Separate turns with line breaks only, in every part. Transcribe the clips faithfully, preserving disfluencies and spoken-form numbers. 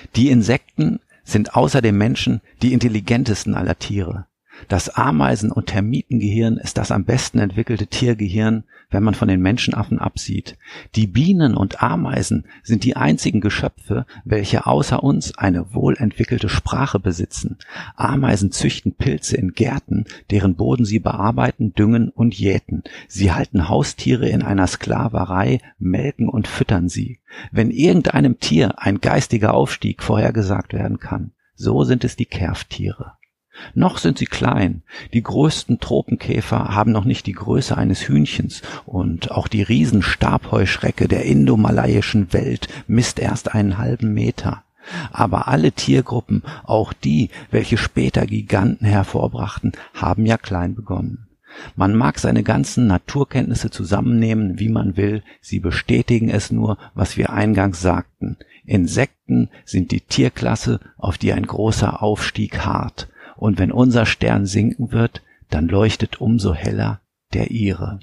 Die Insekten sind außer dem Menschen die intelligentesten aller Tiere. Das Ameisen- und Termitengehirn ist das am besten entwickelte Tiergehirn, wenn man von den Menschenaffen absieht. Die Bienen und Ameisen sind die einzigen Geschöpfe, welche außer uns eine wohlentwickelte Sprache besitzen. Ameisen züchten Pilze in Gärten, deren Boden sie bearbeiten, düngen und jäten. Sie halten Haustiere in einer Sklaverei, melken und füttern sie. Wenn irgendeinem Tier ein geistiger Aufstieg vorhergesagt werden kann, so sind es die Kerftiere. Noch sind sie klein. Die größten Tropenkäfer haben noch nicht die Größe eines Hühnchens und auch die Riesenstabheuschrecke der indomalaiischen Welt misst erst einen halben Meter. Aber alle Tiergruppen, auch die, welche später Giganten hervorbrachten, haben ja klein begonnen. Man mag seine ganzen Naturkenntnisse zusammennehmen, wie man will, sie bestätigen es nur, was wir eingangs sagten. Insekten sind die Tierklasse, auf die ein großer Aufstieg harrt. Und wenn unser Stern sinken wird, dann leuchtet umso heller der ihre.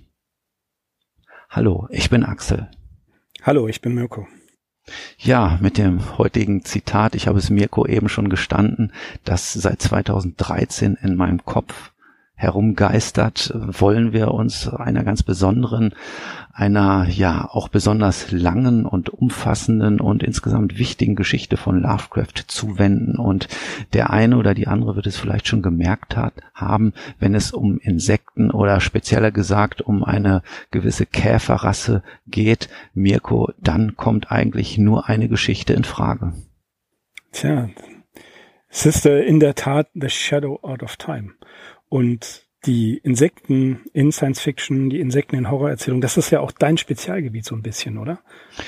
Hallo, ich bin Axel.
Hallo, ich bin Mirko.
Ja, mit dem heutigen Zitat, ich habe es Mirko eben schon gestanden, das seit zweitausenddreizehn in meinem Kopf herumgeistert, wollen wir uns einer ganz besonderen, einer ja auch besonders langen und umfassenden und insgesamt wichtigen Geschichte von Lovecraft zuwenden. Und der eine oder die andere wird es vielleicht schon gemerkt hat, haben, wenn es um Insekten oder spezieller gesagt um eine gewisse Käferrasse geht, Mirko, dann kommt eigentlich nur eine Geschichte in Frage.
Tja, es ist äh, in der Tat The Shadow Out of Time. Und die Insekten in Science Fiction, die Insekten in Horrorerzählungen, das ist ja auch dein Spezialgebiet so ein bisschen, oder?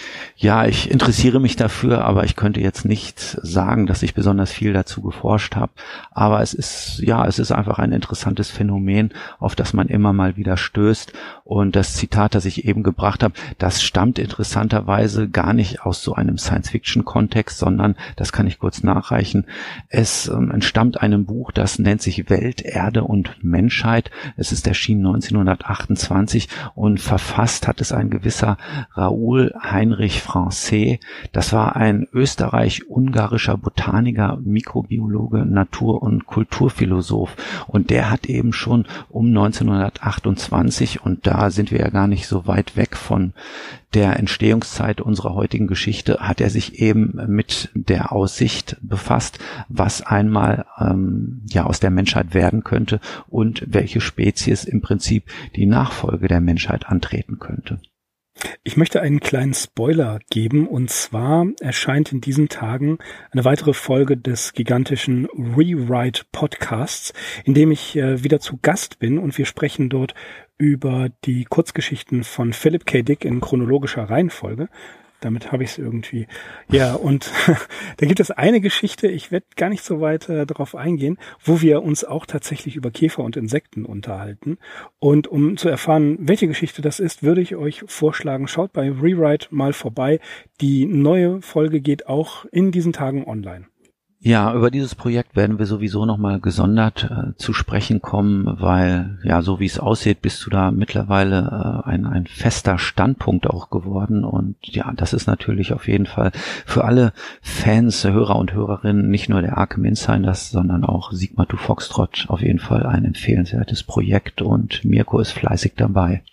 Ja, ich interessiere mich dafür, aber ich könnte jetzt nicht sagen, dass ich besonders viel dazu geforscht habe. Aber es ist, ja, es ist einfach ein interessantes Phänomen, auf das man immer mal wieder stößt. Und das Zitat, das ich eben gebracht habe, das stammt interessanterweise gar nicht aus so einem Science-Fiction-Kontext, sondern, das kann ich kurz nachreichen, es ähm, entstammt einem Buch, das nennt sich Welt, Erde und Menschheit. Es ist erschienen neunzehnhundertachtundzwanzig und verfasst hat es ein gewisser Raoul Heinrich Francais. Das war ein österreich-ungarischer Botaniker, Mikrobiologe, Natur- und Kulturphilosoph. Und der hat eben schon um neunzehnhundertachtundzwanzig, und da sind wir ja gar nicht so weit weg von der Entstehungszeit unserer heutigen Geschichte, hat er sich eben mit der Aussicht befasst, was einmal ähm, ja aus der Menschheit werden könnte und welche Spezies im Prinzip die Nachfolge der Menschheit antreten könnte.
Ich möchte einen kleinen Spoiler geben, und zwar erscheint in diesen Tagen eine weitere Folge des gigantischen Rewrite Podcasts, in dem ich äh, wieder zu Gast bin, und wir sprechen dort über die Kurzgeschichten von Philip K. Dick in chronologischer Reihenfolge. Damit habe ich es irgendwie. Ja, und da gibt es eine Geschichte, ich werde gar nicht so weit äh, darauf eingehen, wo wir uns auch tatsächlich über Käfer und Insekten unterhalten. Und um zu erfahren, welche Geschichte das ist, würde ich euch vorschlagen, schaut bei Rewrite mal vorbei. Die neue Folge geht auch in diesen Tagen online.
Ja, über dieses Projekt werden wir sowieso nochmal gesondert äh, zu sprechen kommen, weil, ja, so wie es aussieht, bist du da mittlerweile äh, ein, ein fester Standpunkt auch geworden. Und ja, das ist natürlich auf jeden Fall für alle Fans, Hörer und Hörerinnen, nicht nur der Arkham Insiders, sondern auch Sigma to Foxtrot auf jeden Fall ein empfehlenswertes Projekt, und Mirko ist fleißig dabei.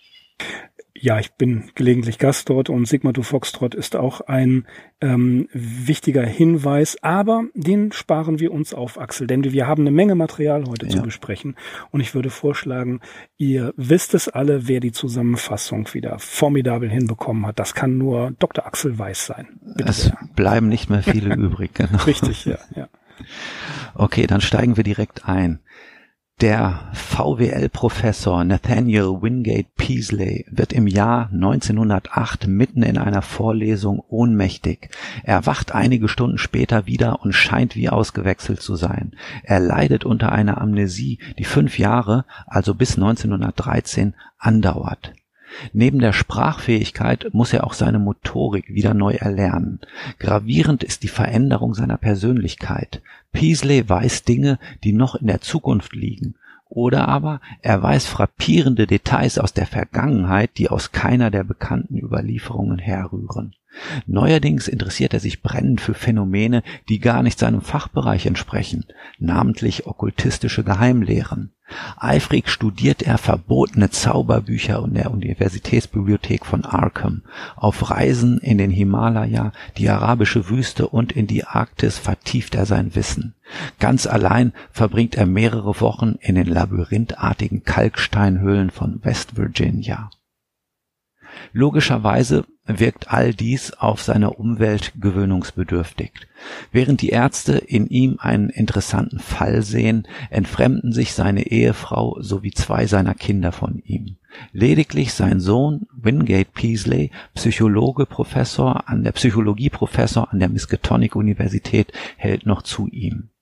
Ja, ich bin gelegentlich Gast dort, und Sigma to Foxtrot ist auch ein ähm, wichtiger Hinweis, aber den sparen wir uns auf, Axel, denn wir haben eine Menge Material heute ja. zu besprechen, und ich würde vorschlagen, ihr wisst es alle, wer die Zusammenfassung wieder formidabel hinbekommen hat. Das kann nur Doktor Axel Weiß sein.
Bitte es sehr. Bleiben nicht mehr viele übrig. Genau.
Richtig, ja, ja.
Okay, dann steigen wir direkt ein. Der V W L-Professor Nathaniel Wingate Peaslee wird im Jahr neunzehnhundertacht mitten in einer Vorlesung ohnmächtig. Er wacht einige Stunden später wieder und scheint wie ausgewechselt zu sein. Er leidet unter einer Amnesie, die fünf Jahre, also bis neunzehnhundertdreizehn, andauert. Neben der Sprachfähigkeit muss er auch seine Motorik wieder neu erlernen. Gravierend ist die Veränderung seiner Persönlichkeit. Peaslee weiß Dinge, die noch in der Zukunft liegen. Oder aber er weiß frappierende Details aus der Vergangenheit, die aus keiner der bekannten Überlieferungen herrühren. Neuerdings interessiert er sich brennend für Phänomene, die gar nicht seinem Fachbereich entsprechen, namentlich okkultistische Geheimlehren. Eifrig studiert er verbotene Zauberbücher in der Universitätsbibliothek von Arkham. Auf Reisen in den Himalaya, die arabische Wüste und in die Arktis vertieft er sein Wissen. Ganz allein verbringt er mehrere Wochen in den labyrinthartigen Kalksteinhöhlen von West Virginia. Logischerweise wirkt all dies auf seine Umwelt gewöhnungsbedürftig. Während die Ärzte in ihm einen interessanten Fall sehen, entfremden sich seine Ehefrau sowie zwei seiner Kinder von ihm. Lediglich sein Sohn Wingate Peasley, Psychologe, Professor an der Psychologieprofessor an der Miskatonic-Universität, hält noch zu ihm.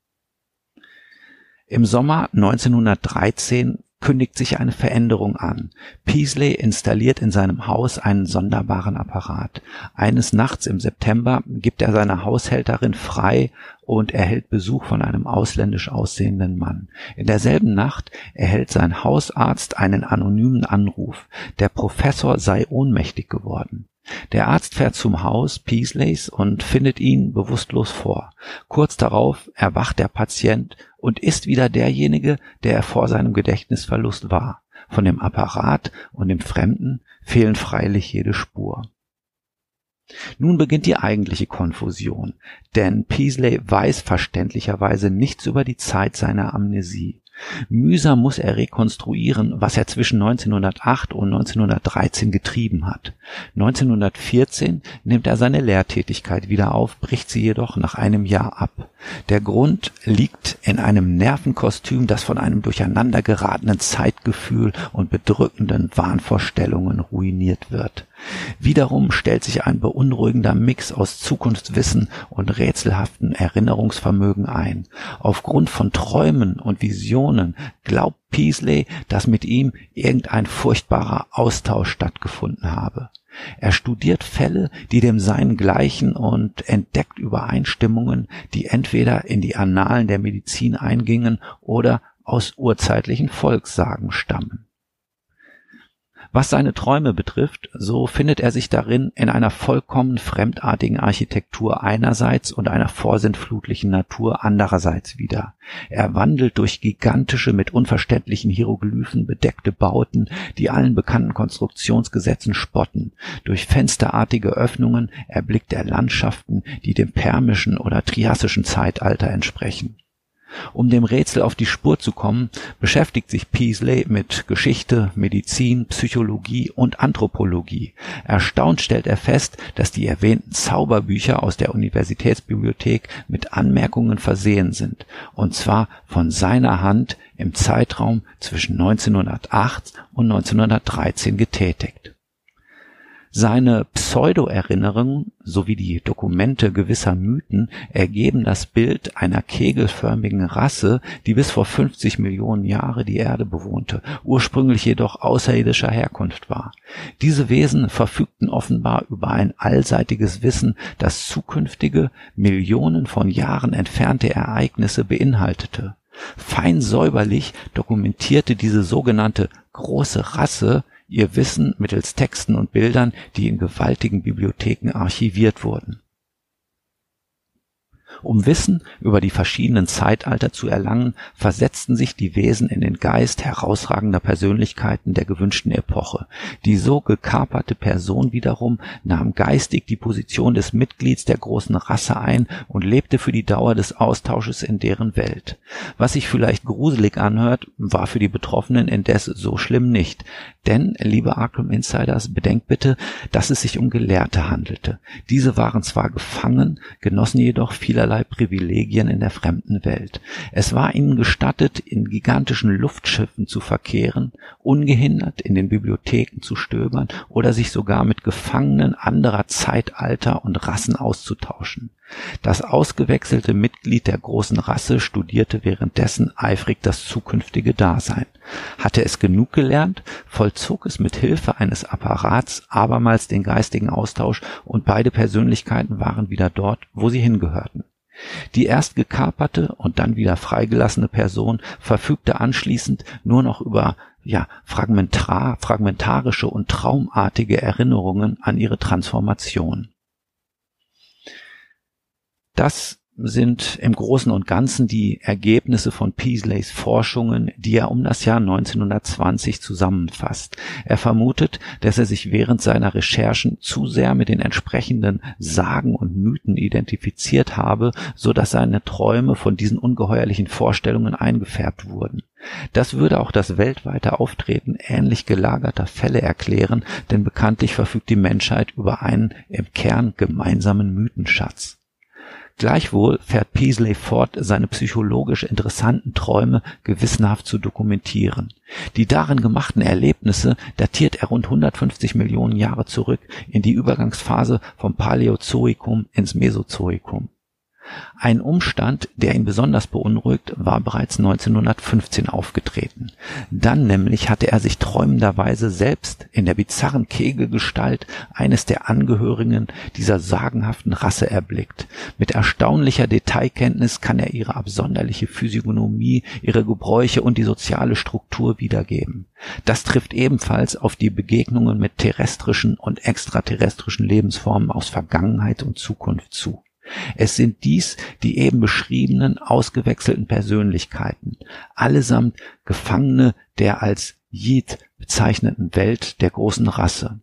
Im Sommer neunzehnhundertdreizehn kündigt sich eine Veränderung an. Peasley installiert in seinem Haus einen sonderbaren Apparat. Eines Nachts im September gibt er seine Haushälterin frei und erhält Besuch von einem ausländisch aussehenden Mann. In derselben Nacht erhält sein Hausarzt einen anonymen Anruf. Der Professor sei ohnmächtig geworden. Der Arzt fährt zum Haus Peasleys und findet ihn bewusstlos vor. Kurz darauf erwacht der Patient und ist wieder derjenige, der er vor seinem Gedächtnisverlust war. Von dem Apparat und dem Fremden fehlen freilich jede Spur. Nun beginnt die eigentliche Konfusion, denn Peasley weiß verständlicherweise nichts über die Zeit seiner Amnesie. Mühsam muss er rekonstruieren, was er zwischen neunzehnhundertacht und neunzehnhundertdreizehn getrieben hat. neunzehnhundertvierzehn nimmt er seine Lehrtätigkeit wieder auf, bricht sie jedoch nach einem Jahr ab. Der Grund liegt in einem Nervenkostüm, das von einem durcheinander geratenen Zeitgefühl und bedrückenden Wahnvorstellungen ruiniert wird. Wiederum stellt sich ein beunruhigender Mix aus Zukunftswissen und rätselhaften Erinnerungsvermögen ein. Aufgrund von Träumen und Visionen glaubt Peasley, dass mit ihm irgendein furchtbarer Austausch stattgefunden habe. Er studiert Fälle, die dem Seinen gleichen, und entdeckt Übereinstimmungen, die entweder in die Annalen der Medizin eingingen oder aus urzeitlichen Volkssagen stammen. Was seine Träume betrifft, so findet er sich darin in einer vollkommen fremdartigen Architektur einerseits und einer vorsintflutlichen Natur andererseits wieder. Er wandelt durch gigantische, mit unverständlichen Hieroglyphen bedeckte Bauten, die allen bekannten Konstruktionsgesetzen spotten. Durch fensterartige Öffnungen erblickt er Landschaften, die dem permischen oder triassischen Zeitalter entsprechen. Um dem Rätsel auf die Spur zu kommen, beschäftigt sich Peasley mit Geschichte, Medizin, Psychologie und Anthropologie. Erstaunt stellt er fest, dass die erwähnten Zauberbücher aus der Universitätsbibliothek mit Anmerkungen versehen sind, und zwar von seiner Hand im Zeitraum zwischen neunzehnhundertacht und neunzehnhundertdreizehn getätigt. Seine Pseudo-Erinnerungen sowie die Dokumente gewisser Mythen ergeben das Bild einer kegelförmigen Rasse, die bis vor fünfzig Millionen Jahre die Erde bewohnte, ursprünglich jedoch außerirdischer Herkunft war. Diese Wesen verfügten offenbar über ein allseitiges Wissen, das zukünftige, Millionen von Jahren entfernte Ereignisse beinhaltete. Fein säuberlich dokumentierte diese sogenannte große Rasse ihr Wissen mittels Texten und Bildern, die in gewaltigen Bibliotheken archiviert wurden. Um Wissen über die verschiedenen Zeitalter zu erlangen, versetzten sich die Wesen in den Geist herausragender Persönlichkeiten der gewünschten Epoche. Die so gekaperte Person wiederum nahm geistig die Position des Mitglieds der großen Rasse ein und lebte für die Dauer des Austausches in deren Welt. Was sich vielleicht gruselig anhört, war für die Betroffenen indes so schlimm nicht. Denn, liebe Arkham Insiders, bedenkt bitte, dass es sich um Gelehrte handelte. Diese waren zwar gefangen, genossen jedoch vielerlei Privilegien in der fremden Welt. Es war ihnen gestattet, in gigantischen Luftschiffen zu verkehren, ungehindert in den Bibliotheken zu stöbern oder sich sogar mit Gefangenen anderer Zeitalter und Rassen auszutauschen. Das ausgewechselte Mitglied der großen Rasse studierte währenddessen eifrig das zukünftige Dasein. Hatte es genug gelernt, vollzog es mit Hilfe eines Apparats abermals den geistigen Austausch, und beide Persönlichkeiten waren wieder dort, wo sie hingehörten. Die erst gekaperte und dann wieder freigelassene Person verfügte anschließend nur noch über ja, fragmentar, fragmentarische und traumartige Erinnerungen an ihre Transformation. Das sind im Großen und Ganzen die Ergebnisse von Peasleys Forschungen, die er um das Jahr neunzehnhundertzwanzig zusammenfasst. Er vermutet, dass er sich während seiner Recherchen zu sehr mit den entsprechenden Sagen und Mythen identifiziert habe, so dass seine Träume von diesen ungeheuerlichen Vorstellungen eingefärbt wurden. Das würde auch das weltweite Auftreten ähnlich gelagerter Fälle erklären, denn bekanntlich verfügt die Menschheit über einen im Kern gemeinsamen Mythenschatz. Gleichwohl fährt Peasley fort, seine psychologisch interessanten Träume gewissenhaft zu dokumentieren. Die darin gemachten Erlebnisse datiert er rund hundertfünfzig Millionen Jahre zurück in die Übergangsphase vom Paläozoikum ins Mesozoikum. Ein Umstand, der ihn besonders beunruhigt, war bereits neunzehnhundertfünfzehn aufgetreten. Dann nämlich hatte er sich träumenderweise selbst in der bizarren Kegelgestalt eines der Angehörigen dieser sagenhaften Rasse erblickt. Mit erstaunlicher Detailkenntnis kann er ihre absonderliche Physiognomie, ihre Gebräuche und die soziale Struktur wiedergeben. Das trifft ebenfalls auf die Begegnungen mit terrestrischen und extraterrestrischen Lebensformen aus Vergangenheit und Zukunft zu. Es sind dies die eben beschriebenen ausgewechselten Persönlichkeiten, allesamt Gefangene der als Yid bezeichneten Welt der großen Rasse.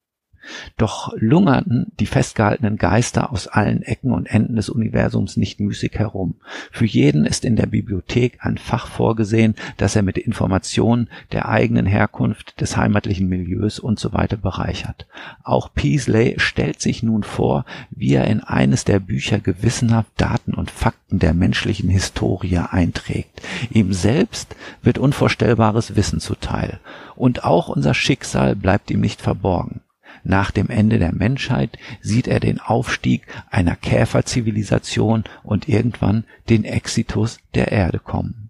Doch lungerten die festgehaltenen Geister aus allen Ecken und Enden des Universums nicht müßig herum. Für jeden ist in der Bibliothek ein Fach vorgesehen, das er mit Informationen der eigenen Herkunft, des heimatlichen Milieus usw. bereichert. Auch Peasley stellt sich nun vor, wie er in eines der Bücher gewissenhaft Daten und Fakten der menschlichen Historie einträgt. Ihm selbst wird unvorstellbares Wissen zuteil. Und auch unser Schicksal bleibt ihm nicht verborgen. Nach dem Ende der Menschheit sieht er den Aufstieg einer Käferzivilisation und irgendwann den Exitus der Erde kommen.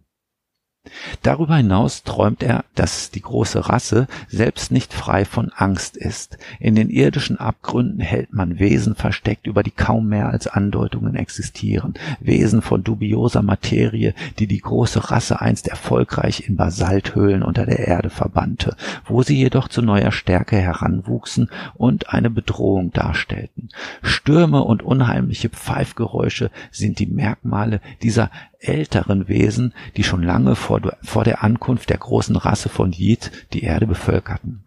Darüber hinaus träumt er, dass die große Rasse selbst nicht frei von Angst ist. In den irdischen Abgründen hält man Wesen versteckt, über die kaum mehr als Andeutungen existieren. Wesen von dubioser Materie, die die große Rasse einst erfolgreich in Basalthöhlen unter der Erde verbannte, wo sie jedoch zu neuer Stärke heranwuchsen und eine Bedrohung darstellten. Stürme und unheimliche Pfeifgeräusche sind die Merkmale dieser älteren Wesen, die schon lange vor, vor der Ankunft der großen Rasse von Yid die Erde bevölkerten.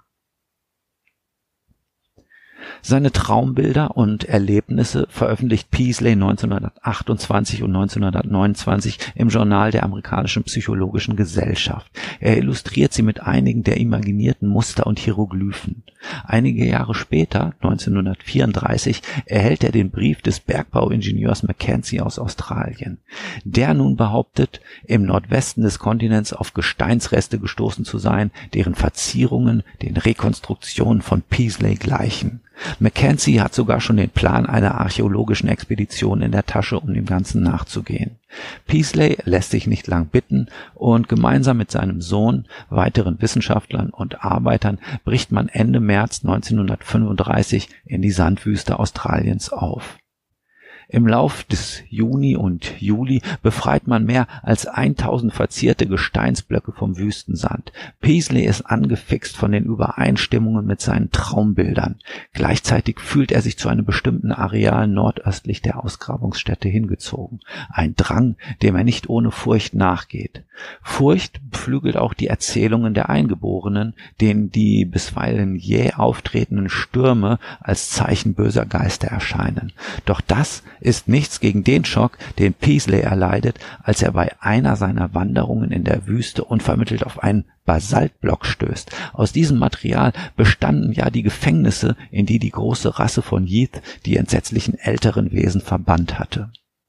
Seine Traumbilder und Erlebnisse veröffentlicht Peasley neunzehnhundertachtundzwanzig und neunzehnhundertneunundzwanzig im Journal der amerikanischen Psychologischen Gesellschaft. Er illustriert sie mit einigen der imaginierten Muster und Hieroglyphen. Einige Jahre später, neunzehnhundertvierunddreißig, erhält er den Brief des Bergbauingenieurs Mackenzie aus Australien. Der nun behauptet, im Nordwesten des Kontinents auf Gesteinsreste gestoßen zu sein, deren Verzierungen den Rekonstruktionen von Peasley gleichen. Mackenzie hat sogar schon den Plan einer archäologischen Expedition in der Tasche, um dem Ganzen nachzugehen. Peasley lässt sich nicht lang bitten und gemeinsam mit seinem Sohn, weiteren Wissenschaftlern und Arbeitern bricht man Ende März neunzehnhundertfünfunddreißig in die Sandwüste Australiens auf. Im Lauf des Juni und Juli befreit man mehr als tausend verzierte Gesteinsblöcke vom Wüstensand. Peasley ist angefixt von den Übereinstimmungen mit seinen Traumbildern. Gleichzeitig fühlt er sich zu einem bestimmten Areal nordöstlich der Ausgrabungsstätte hingezogen. Ein Drang, dem er nicht ohne Furcht nachgeht. Furcht beflügelt auch die Erzählungen der Eingeborenen, denen die bisweilen jäh auftretenden Stürme als Zeichen böser Geister erscheinen. Doch das ist nichts gegen den Schock, den Peasley erleidet, als er bei einer seiner Wanderungen in der Wüste unvermittelt auf einen Basaltblock stößt. Aus diesem Material bestanden ja die Gefängnisse, in die die große Rasse von Yid die entsetzlichen älteren Wesen verbannt hatte.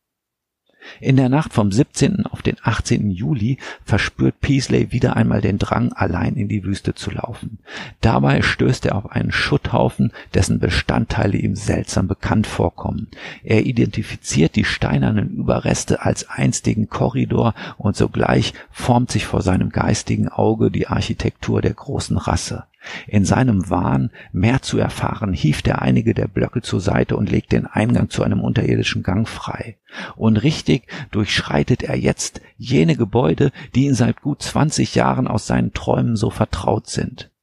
In der Nacht vom siebzehnten auf den achtzehnten Juli verspürt Peasley wieder einmal den Drang, allein in die Wüste zu laufen. Dabei stößt er auf einen Schutthaufen, dessen Bestandteile ihm seltsam bekannt vorkommen. Er identifiziert die steinernen Überreste als einstigen Korridor und sogleich formt sich vor seinem geistigen Auge die Architektur der großen Rasse. In seinem Wahn, mehr zu erfahren, hieft er einige der Blöcke zur Seite und legt den Eingang zu einem unterirdischen Gang frei. Und richtig durchschreitet er jetzt jene Gebäude, die ihm seit gut zwanzig Jahren aus seinen Träumen so vertraut sind.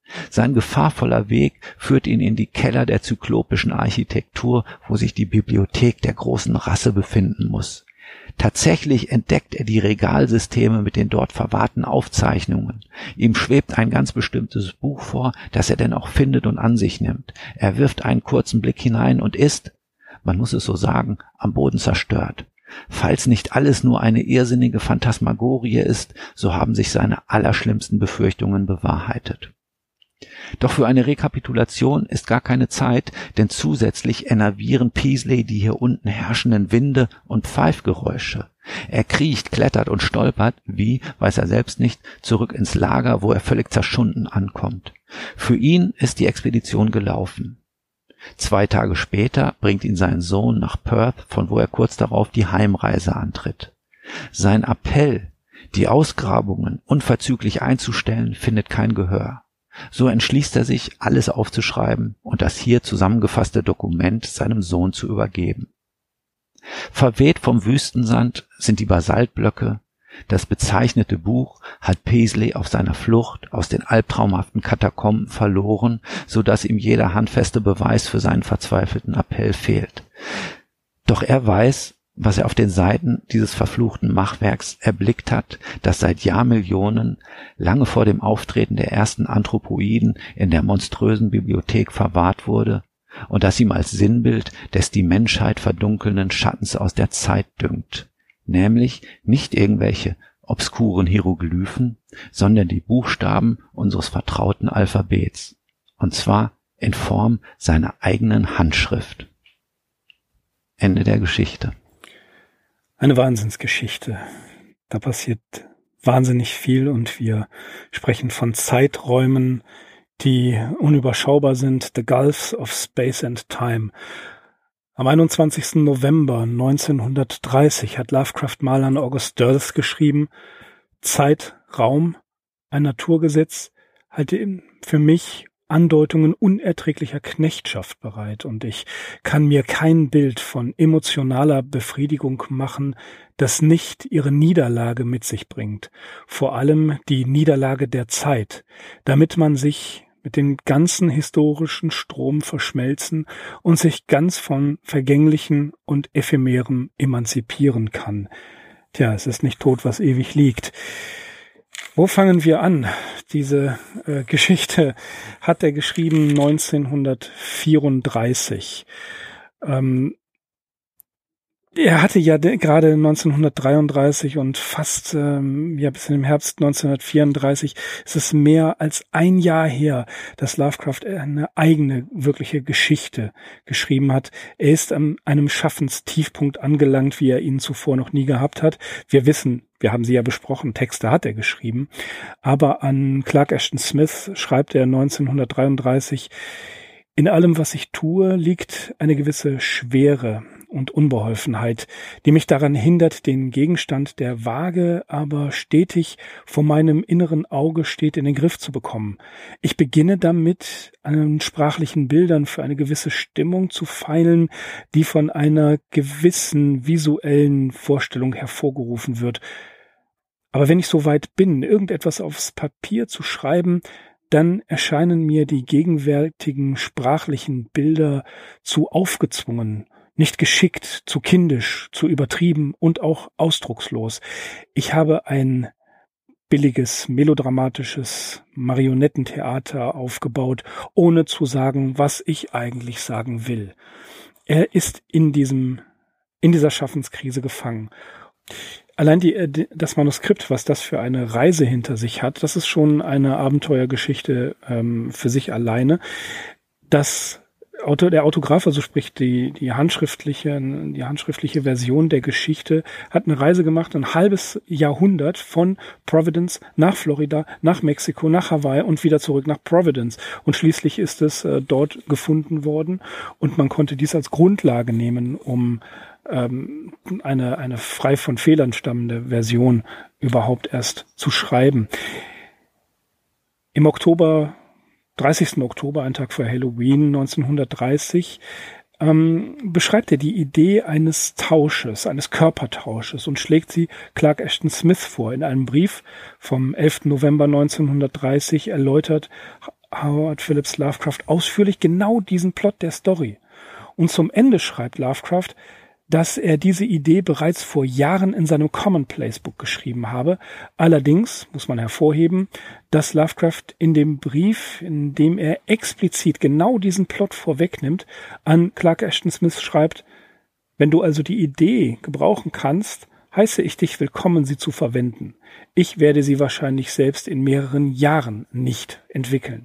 Sein gefahrvoller Weg führt ihn in die Keller der zyklopischen Architektur, wo sich die Bibliothek der großen Rasse befinden muss. Tatsächlich entdeckt er die Regalsysteme mit den dort verwahrten Aufzeichnungen. Ihm schwebt ein ganz bestimmtes Buch vor, das er denn auch findet und an sich nimmt. Er wirft einen kurzen Blick hinein und ist, man muss es so sagen, am Boden zerstört. Falls nicht alles nur eine irrsinnige Phantasmagorie ist, so haben sich seine allerschlimmsten Befürchtungen bewahrheitet. Doch für eine Rekapitulation ist gar keine Zeit, denn zusätzlich enervieren Peasley die hier unten herrschenden Winde und Pfeifgeräusche. Er kriecht, klettert und stolpert, wie, weiß er selbst nicht, zurück ins Lager, wo er völlig zerschunden ankommt. Für ihn ist die Expedition gelaufen. Zwei Tage später bringt ihn sein Sohn nach Perth, von wo er kurz darauf die Heimreise antritt. Sein Appell, die Ausgrabungen unverzüglich einzustellen, findet kein Gehör. So entschließt er sich, alles aufzuschreiben und das hier zusammengefasste Dokument seinem Sohn zu übergeben. Verweht vom Wüstensand sind die Basaltblöcke. Das bezeichnete Buch hat Peasley auf seiner Flucht aus den albtraumhaften Katakomben verloren, so dass ihm jeder handfeste Beweis für seinen verzweifelten Appell fehlt. Doch er weiß, was er auf den Seiten dieses verfluchten Machwerks erblickt hat, das seit Jahrmillionen, lange vor dem Auftreten der ersten Anthropoiden, in der monströsen Bibliothek verwahrt wurde und das ihm als Sinnbild des die Menschheit verdunkelnden Schattens aus der Zeit dünkt, nämlich nicht irgendwelche obskuren Hieroglyphen, sondern die Buchstaben unseres vertrauten Alphabets, und zwar in Form seiner eigenen Handschrift. Ende der Geschichte.
Eine Wahnsinnsgeschichte. Da passiert wahnsinnig viel und wir sprechen von Zeiträumen, die unüberschaubar sind. The Gulfs of Space and Time. Am einundzwanzigsten November neunzehnhundertdreißig hat Lovecraft-Maler August Derleth geschrieben, Zeit, Raum, ein Naturgesetz, halte für mich Andeutungen unerträglicher Knechtschaft bereit und ich kann mir kein Bild von emotionaler Befriedigung machen, das nicht ihre Niederlage mit sich bringt, vor allem die Niederlage der Zeit, damit man sich mit dem ganzen historischen Strom verschmelzen und sich ganz von Vergänglichen und Ephemerem emanzipieren kann. Tja, es ist nicht tot, was ewig liegt. Wo fangen wir an? Diese äh, Geschichte hat er geschrieben neunzehnhundertvierunddreißig. Ähm, er hatte ja de- gerade neunzehnhundertdreiunddreißig und fast ähm, ja bis in den Herbst neunzehnhundertvierunddreißig ist es mehr als ein Jahr her, dass Lovecraft eine eigene wirkliche Geschichte geschrieben hat. Er ist an einem Schaffenstiefpunkt angelangt, wie er ihn zuvor noch nie gehabt hat. Wir wissen, wir haben sie ja besprochen, Texte hat er geschrieben, aber an Clark Ashton Smith schreibt er neunzehnhundertdreiunddreißig, in allem, was ich tue, liegt eine gewisse Schwere und Unbeholfenheit, die mich daran hindert, den Gegenstand, der vage, aber stetig vor meinem inneren Auge steht, in den Griff zu bekommen. Ich beginne damit, an sprachlichen Bildern für eine gewisse Stimmung zu feilen, die von einer gewissen visuellen Vorstellung hervorgerufen wird. Aber wenn ich so weit bin, irgendetwas aufs Papier zu schreiben, dann erscheinen mir die gegenwärtigen sprachlichen Bilder zu aufgezwungen, nicht geschickt, zu kindisch, zu übertrieben und auch ausdruckslos. Ich habe ein billiges, melodramatisches Marionettentheater aufgebaut, ohne zu sagen, was ich eigentlich sagen will. Er ist in diesem, in dieser Schaffenskrise gefangen. Allein die, das Manuskript, was das für eine Reise hinter sich hat, das ist schon eine Abenteuergeschichte ähm, für sich alleine. Das Auto, der Autograph, also sprich die, die handschriftliche, die handschriftliche Version der Geschichte, hat eine Reise gemacht, ein halbes Jahrhundert von Providence nach Florida, nach Mexiko, nach Hawaii und wieder zurück nach Providence. Und schließlich ist es äh, dort gefunden worden und man konnte dies als Grundlage nehmen, um ähm, eine, eine frei von Fehlern stammende Version überhaupt erst zu schreiben. Im Oktober dreißigsten Oktober, ein Tag vor Halloween neunzehnhundertdreißig, ähm, beschreibt er die Idee eines Tausches, eines Körpertausches und schlägt sie Clark Ashton Smith vor. In einem Brief vom elften November neunzehnhundertdreißig erläutert Howard Phillips Lovecraft ausführlich genau diesen Plot der Story. Und zum Ende schreibt Lovecraft, dass er diese Idee bereits vor Jahren in seinem Commonplace Book geschrieben habe. Allerdings muss man hervorheben, dass Lovecraft in dem Brief, in dem er explizit genau diesen Plot vorwegnimmt, an Clark Ashton Smith schreibt: Wenn du also die Idee gebrauchen kannst, heiße ich dich willkommen, sie zu verwenden. Ich werde sie wahrscheinlich selbst in mehreren Jahren nicht entwickeln.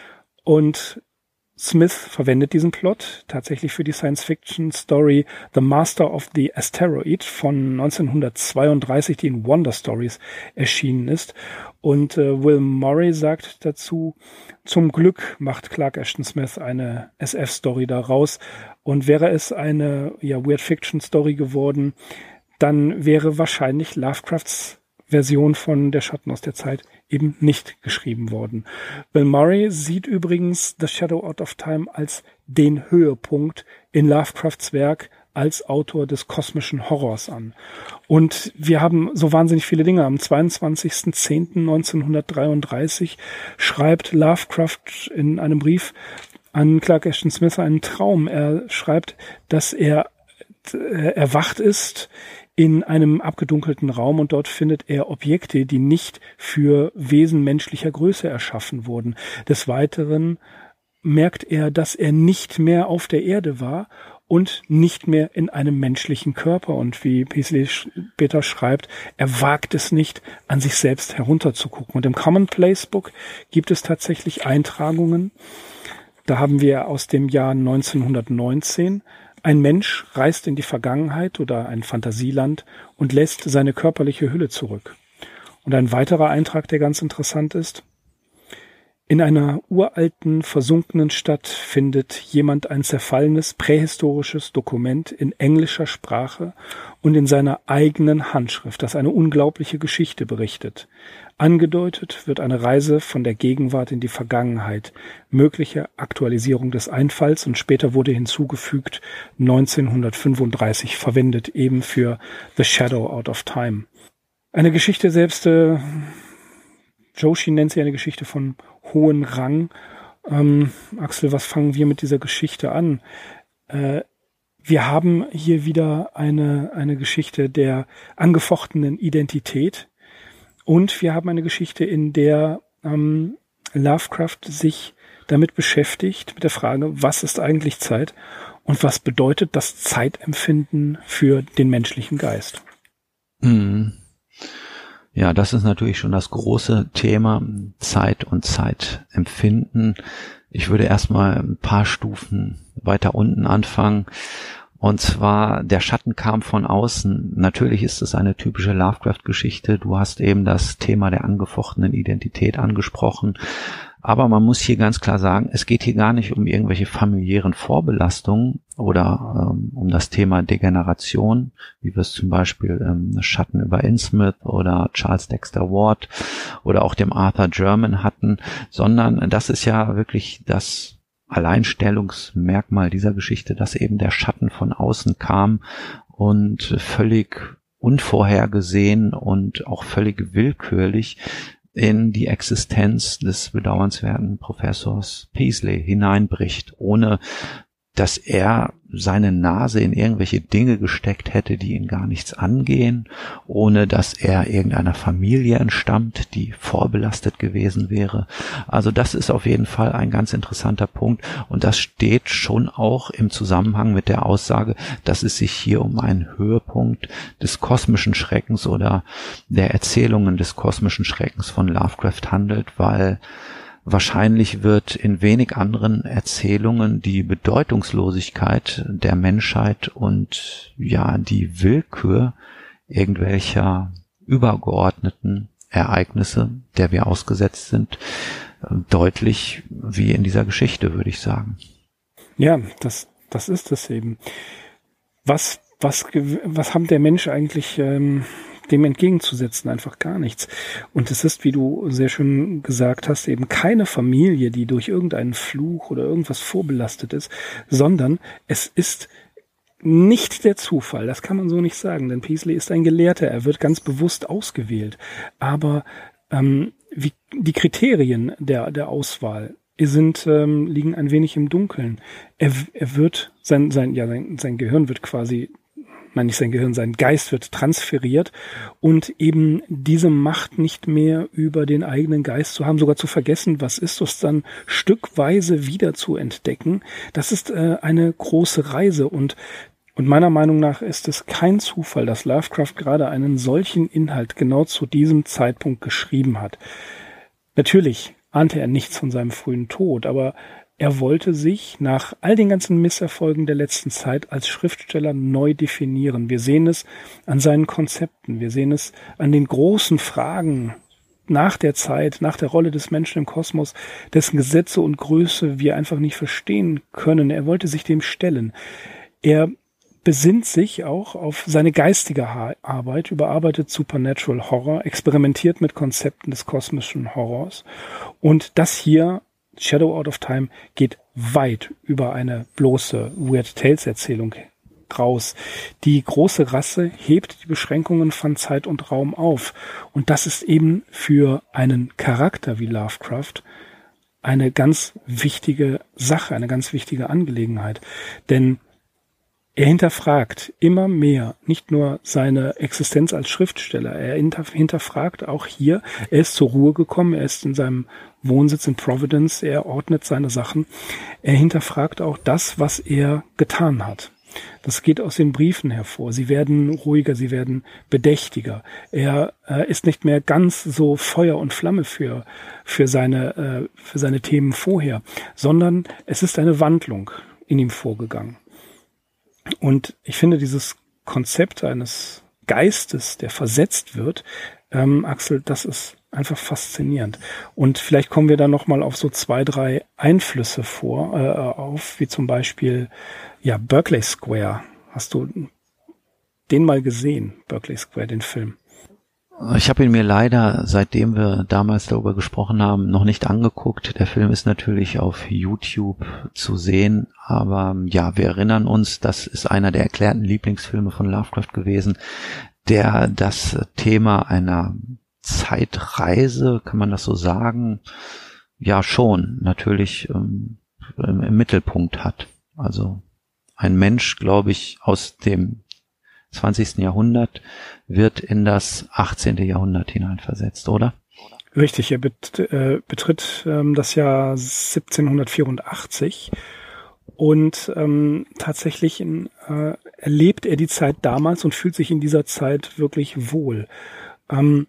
Und Smith verwendet diesen Plot tatsächlich für die Science-Fiction-Story The Master of the Asteroid von neunzehnhundertzweiunddreißig, die in Wonder Stories erschienen ist. Und äh, Will Murray sagt dazu: Zum Glück macht Clark Ashton Smith eine S F-Story daraus. Und wäre es eine ja, Weird-Fiction-Story geworden, dann wäre wahrscheinlich Lovecrafts Version von Der Schatten aus der Zeit eben nicht geschrieben worden. Bill Murray sieht übrigens The Shadow Out of Time als den Höhepunkt in Lovecrafts Werk als Autor des kosmischen Horrors an. Und wir haben so wahnsinnig viele Dinge. Am zweiundzwanzigsten zehnten neunzehnhundertdreiunddreißig schreibt Lovecraft in einem Brief an Clark Ashton Smith einen Traum. Er schreibt, dass er erwacht ist in einem abgedunkelten Raum und dort findet er Objekte, die nicht für Wesen menschlicher Größe erschaffen wurden. Des Weiteren merkt er, dass er nicht mehr auf der Erde war und nicht mehr in einem menschlichen Körper. Und wie Peasley später schreibt, er wagt es nicht, an sich selbst herunterzugucken. Und im Commonplace Book gibt es tatsächlich Eintragungen. Da haben wir aus dem Jahr neunzehnhundertneunzehn: Ein Mensch reist in die Vergangenheit oder ein Fantasieland und lässt seine körperliche Hülle zurück. Und ein weiterer Eintrag, der ganz interessant ist: In einer uralten, versunkenen Stadt findet jemand ein zerfallenes, prähistorisches Dokument in englischer Sprache und in seiner eigenen Handschrift, das eine unglaubliche Geschichte berichtet. Angedeutet wird eine Reise von der Gegenwart in die Vergangenheit, mögliche Aktualisierung des Einfalls, und später wurde hinzugefügt neunzehnhundertfünfunddreißig, verwendet eben für The Shadow Out of Time. Eine Geschichte selbst, äh, Joshi nennt sie eine Geschichte von hohem Rang. Ähm, Axel, was fangen wir mit dieser Geschichte an? Äh, wir haben hier wieder eine, eine Geschichte der angefochtenen Identität. Und wir haben eine Geschichte, in der ähm, Lovecraft sich damit beschäftigt, mit der Frage, was ist eigentlich Zeit und was bedeutet das Zeitempfinden für den menschlichen Geist?
Mhm. Ja, das ist natürlich schon das große Thema, Zeit und Zeitempfinden. Ich würde erstmal ein paar Stufen weiter unten anfangen. Und zwar, der Schatten kam von außen. Natürlich ist es eine typische Lovecraft-Geschichte. Du hast eben das Thema der angefochtenen Identität angesprochen. Aber man muss hier ganz klar sagen, es geht hier gar nicht um irgendwelche familiären Vorbelastungen oder ähm, um das Thema Degeneration, wie wir es zum Beispiel ähm, Schatten über Innsmouth oder Charles Dexter Ward oder auch dem Arthur German hatten, sondern das ist ja wirklich das Alleinstellungsmerkmal dieser Geschichte, dass eben der Schatten von außen kam und völlig unvorhergesehen und auch völlig willkürlich in die Existenz des bedauernswerten Professors Peasley hineinbricht, ohne dass er seine Nase in irgendwelche Dinge gesteckt hätte, die ihn gar nichts angehen, ohne dass er irgendeiner Familie entstammt, die vorbelastet gewesen wäre. Also das ist auf jeden Fall ein ganz interessanter Punkt, und das steht schon auch im Zusammenhang mit der Aussage, dass es sich hier um einen Höhepunkt des kosmischen Schreckens oder der Erzählungen des kosmischen Schreckens von Lovecraft handelt, weil wahrscheinlich wird in wenig anderen Erzählungen die Bedeutungslosigkeit der Menschheit und ja die Willkür irgendwelcher übergeordneten Ereignisse, der wir ausgesetzt sind, deutlich wie in dieser Geschichte, würde ich sagen.
Ja, das das ist es eben. Was was was haben der Mensch eigentlich ähm dem entgegenzusetzen? Einfach gar nichts. Und es ist, wie du sehr schön gesagt hast, eben keine Familie, die durch irgendeinen Fluch oder irgendwas vorbelastet ist, sondern es ist nicht der Zufall. Das kann man so nicht sagen, denn Peasley ist ein Gelehrter. Er wird ganz bewusst ausgewählt. Aber ähm, wie die Kriterien der der Auswahl sind, ähm, liegen ein wenig im Dunkeln. Er, er wird, sein, sein, ja, sein, sein Gehirn wird quasi, nein, nicht sein Gehirn, sein Geist wird transferiert und eben diese Macht nicht mehr über den eigenen Geist zu haben, sogar zu vergessen, was ist, das dann stückweise wieder zu entdecken. Das ist äh, eine große Reise und Und meiner Meinung nach ist es kein Zufall, dass Lovecraft gerade einen solchen Inhalt genau zu diesem Zeitpunkt geschrieben hat. Natürlich ahnte er nichts von seinem frühen Tod, aber er wollte sich nach all den ganzen Misserfolgen der letzten Zeit als Schriftsteller neu definieren. Wir sehen es an seinen Konzepten, wir sehen es an den großen Fragen nach der Zeit, nach der Rolle des Menschen im Kosmos, dessen Gesetze und Größe wir einfach nicht verstehen können. Er wollte sich dem stellen. Er besinnt sich auch auf seine geistige Arbeit, überarbeitet Supernatural Horror, experimentiert mit Konzepten des kosmischen Horrors. Und das hier, Shadow Out of Time, geht weit über eine bloße Weird Tales Erzählung raus. Die große Rasse hebt die Beschränkungen von Zeit und Raum auf. Und das ist eben für einen Charakter wie Lovecraft eine ganz wichtige Sache, eine ganz wichtige Angelegenheit. Denn er hinterfragt immer mehr nicht nur seine Existenz als Schriftsteller, er hinterfragt auch hier, er ist zur Ruhe gekommen, er ist in seinem Wohnsitz in Providence, er ordnet seine Sachen, er hinterfragt auch das, was er getan hat. Das geht aus den Briefen hervor. Sie werden ruhiger, sie werden bedächtiger. Er äh, ist nicht mehr ganz so Feuer und Flamme für, für seine, äh, für seine Themen vorher, sondern es ist eine Wandlung in ihm vorgegangen. Und ich finde dieses Konzept eines Geistes, der versetzt wird, ähm, Axel, das ist einfach faszinierend. Und vielleicht kommen wir da nochmal auf so zwei, drei Einflüsse vor, äh, auf, wie zum Beispiel, ja, Berkeley Square. Hast du den mal gesehen, Berkeley Square, den Film?
Ich habe ihn mir leider, seitdem wir damals darüber gesprochen haben, noch nicht angeguckt. Der Film ist natürlich auf YouTube zu sehen, aber ja, wir erinnern uns, das ist einer der erklärten Lieblingsfilme von Lovecraft gewesen, der das Thema einer Zeitreise, kann man das so sagen, ja schon natürlich ähm, im Mittelpunkt hat. Also ein Mensch, glaube ich, aus dem zwanzigsten Jahrhundert wird in das achtzehnten Jahrhundert hineinversetzt, oder?
Richtig, er bet, äh, betritt ähm, das Jahr siebzehnhundertvierundachtzig und ähm, tatsächlich in, äh, erlebt er die Zeit damals und fühlt sich in dieser Zeit wirklich wohl. Ähm,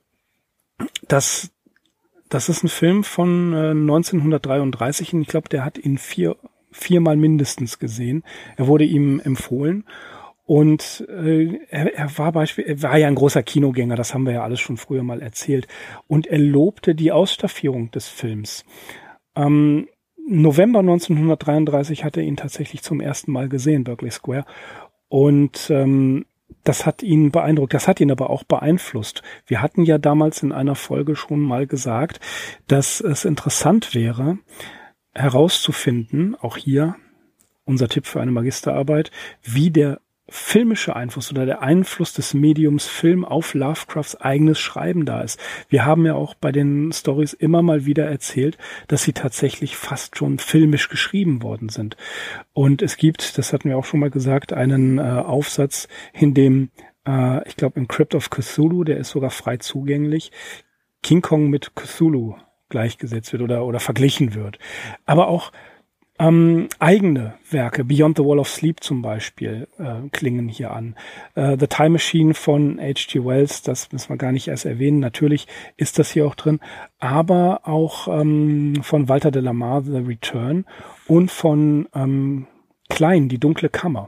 das, das ist ein Film von äh, neunzehnhundertdreiunddreißig und ich glaube, der hat ihn vier, viermal mindestens gesehen. Er wurde ihm empfohlen. Und äh, er, er war Beispiel, er war ja ein großer Kinogänger, das haben wir ja alles schon früher mal erzählt. Und er lobte die Ausstaffierung des Films. Ähm, November neunzehnhundertdreiunddreißig hat er ihn tatsächlich zum ersten Mal gesehen, Berkeley Square. Und ähm, das hat ihn beeindruckt, das hat ihn aber auch beeinflusst. Wir hatten ja damals in einer Folge schon mal gesagt, dass es interessant wäre, herauszufinden, auch hier unser Tipp für eine Magisterarbeit, wie der filmische Einfluss oder der Einfluss des Mediums Film auf Lovecrafts eigenes Schreiben da ist. Wir haben ja auch bei den Stories immer mal wieder erzählt, dass sie tatsächlich fast schon filmisch geschrieben worden sind. Und es gibt, das hatten wir auch schon mal gesagt, einen äh, Aufsatz, in dem, äh, ich glaube im Crypt of Cthulhu, der ist sogar frei zugänglich, King Kong mit Cthulhu gleichgesetzt wird oder, oder verglichen wird. Aber auch Ähm, eigene Werke, Beyond the Wall of Sleep zum Beispiel, äh, klingen hier an. Äh, The Time Machine von H G Wells, das müssen wir gar nicht erst erwähnen. Natürlich ist das hier auch drin, aber auch ähm, von Walter de la Mare, The Return und von ähm, Klein, Die dunkle Kammer.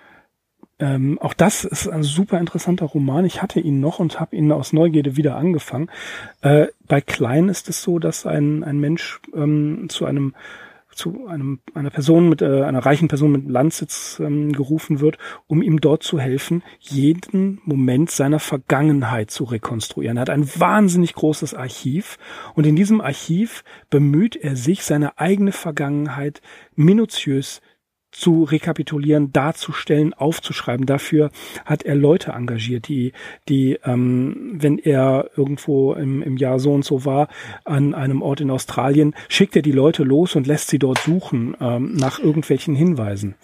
Ähm, auch das ist ein super interessanter Roman. Ich hatte ihn noch und habe ihn aus Neugierde wieder angefangen. Äh, bei Klein ist es so, dass ein, ein Mensch ähm, zu einem zu einem einer Person mit äh, einer reichen Person mit Landsitz ähm, gerufen wird, um ihm dort zu helfen, jeden Moment seiner Vergangenheit zu rekonstruieren. Er hat ein wahnsinnig großes Archiv und in diesem Archiv bemüht er sich, seine eigene Vergangenheit minutiös zu rekapitulieren, darzustellen, aufzuschreiben. Dafür hat er Leute engagiert, die, die, ähm, wenn er irgendwo im, im Jahr so und so war, an einem Ort in Australien, schickt er die Leute los und lässt sie dort suchen ähm, nach irgendwelchen Hinweisen.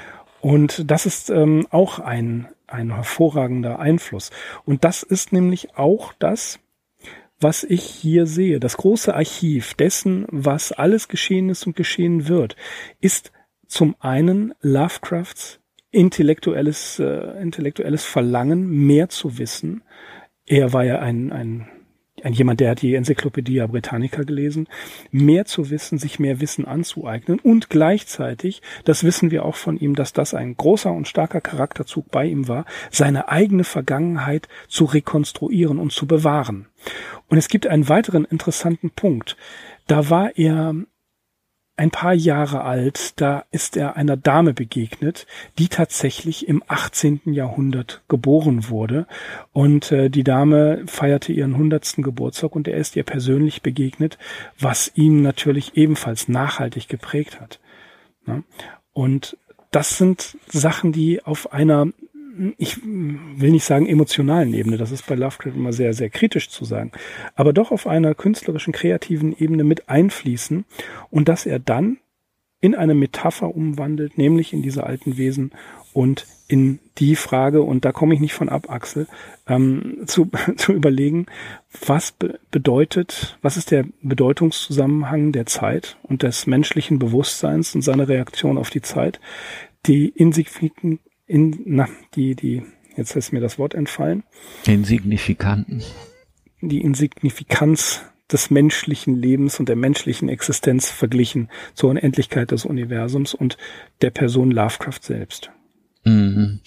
Und das ist ähm, auch ein, ein hervorragender Einfluss. Und das ist nämlich auch das, was ich hier sehe. Das große Archiv dessen, was alles geschehen ist und geschehen wird, ist zum einen Lovecrafts intellektuelles, äh, intellektuelles Verlangen, mehr zu wissen. Er war ja ein, ein, ein jemand, der hat die Enzyklopädie Britannica gelesen, mehr zu wissen, sich mehr Wissen anzueignen und gleichzeitig, das wissen wir auch von ihm, dass das ein großer und starker Charakterzug bei ihm war, seine eigene Vergangenheit zu rekonstruieren und zu bewahren. Und es gibt einen weiteren interessanten Punkt. Da war er ein paar Jahre alt, da ist er einer Dame begegnet, die tatsächlich im achtzehnten Jahrhundert geboren wurde. Und äh, die Dame feierte ihren hundertsten Geburtstag und er ist ihr persönlich begegnet, was ihn natürlich ebenfalls nachhaltig geprägt hat. Ja? Und das sind Sachen, die auf einer, ich will nicht sagen emotionalen Ebene, das ist bei Lovecraft immer sehr, sehr kritisch zu sagen, aber doch auf einer künstlerischen, kreativen Ebene mit einfließen und dass er dann in eine Metapher umwandelt, nämlich in diese alten Wesen und in die Frage, und da komme ich nicht von ab, Axel, ähm, zu, zu überlegen, was be- bedeutet, was ist der Bedeutungszusammenhang der Zeit und des menschlichen Bewusstseins und seine Reaktion auf die Zeit, die insignifikanten In, na, die, die, jetzt ist mir das Wort entfallen.
Insignifikanten.
Die Insignifikanz des menschlichen Lebens und der menschlichen Existenz verglichen zur Unendlichkeit des Universums und der Person Lovecraft selbst.
Mhm.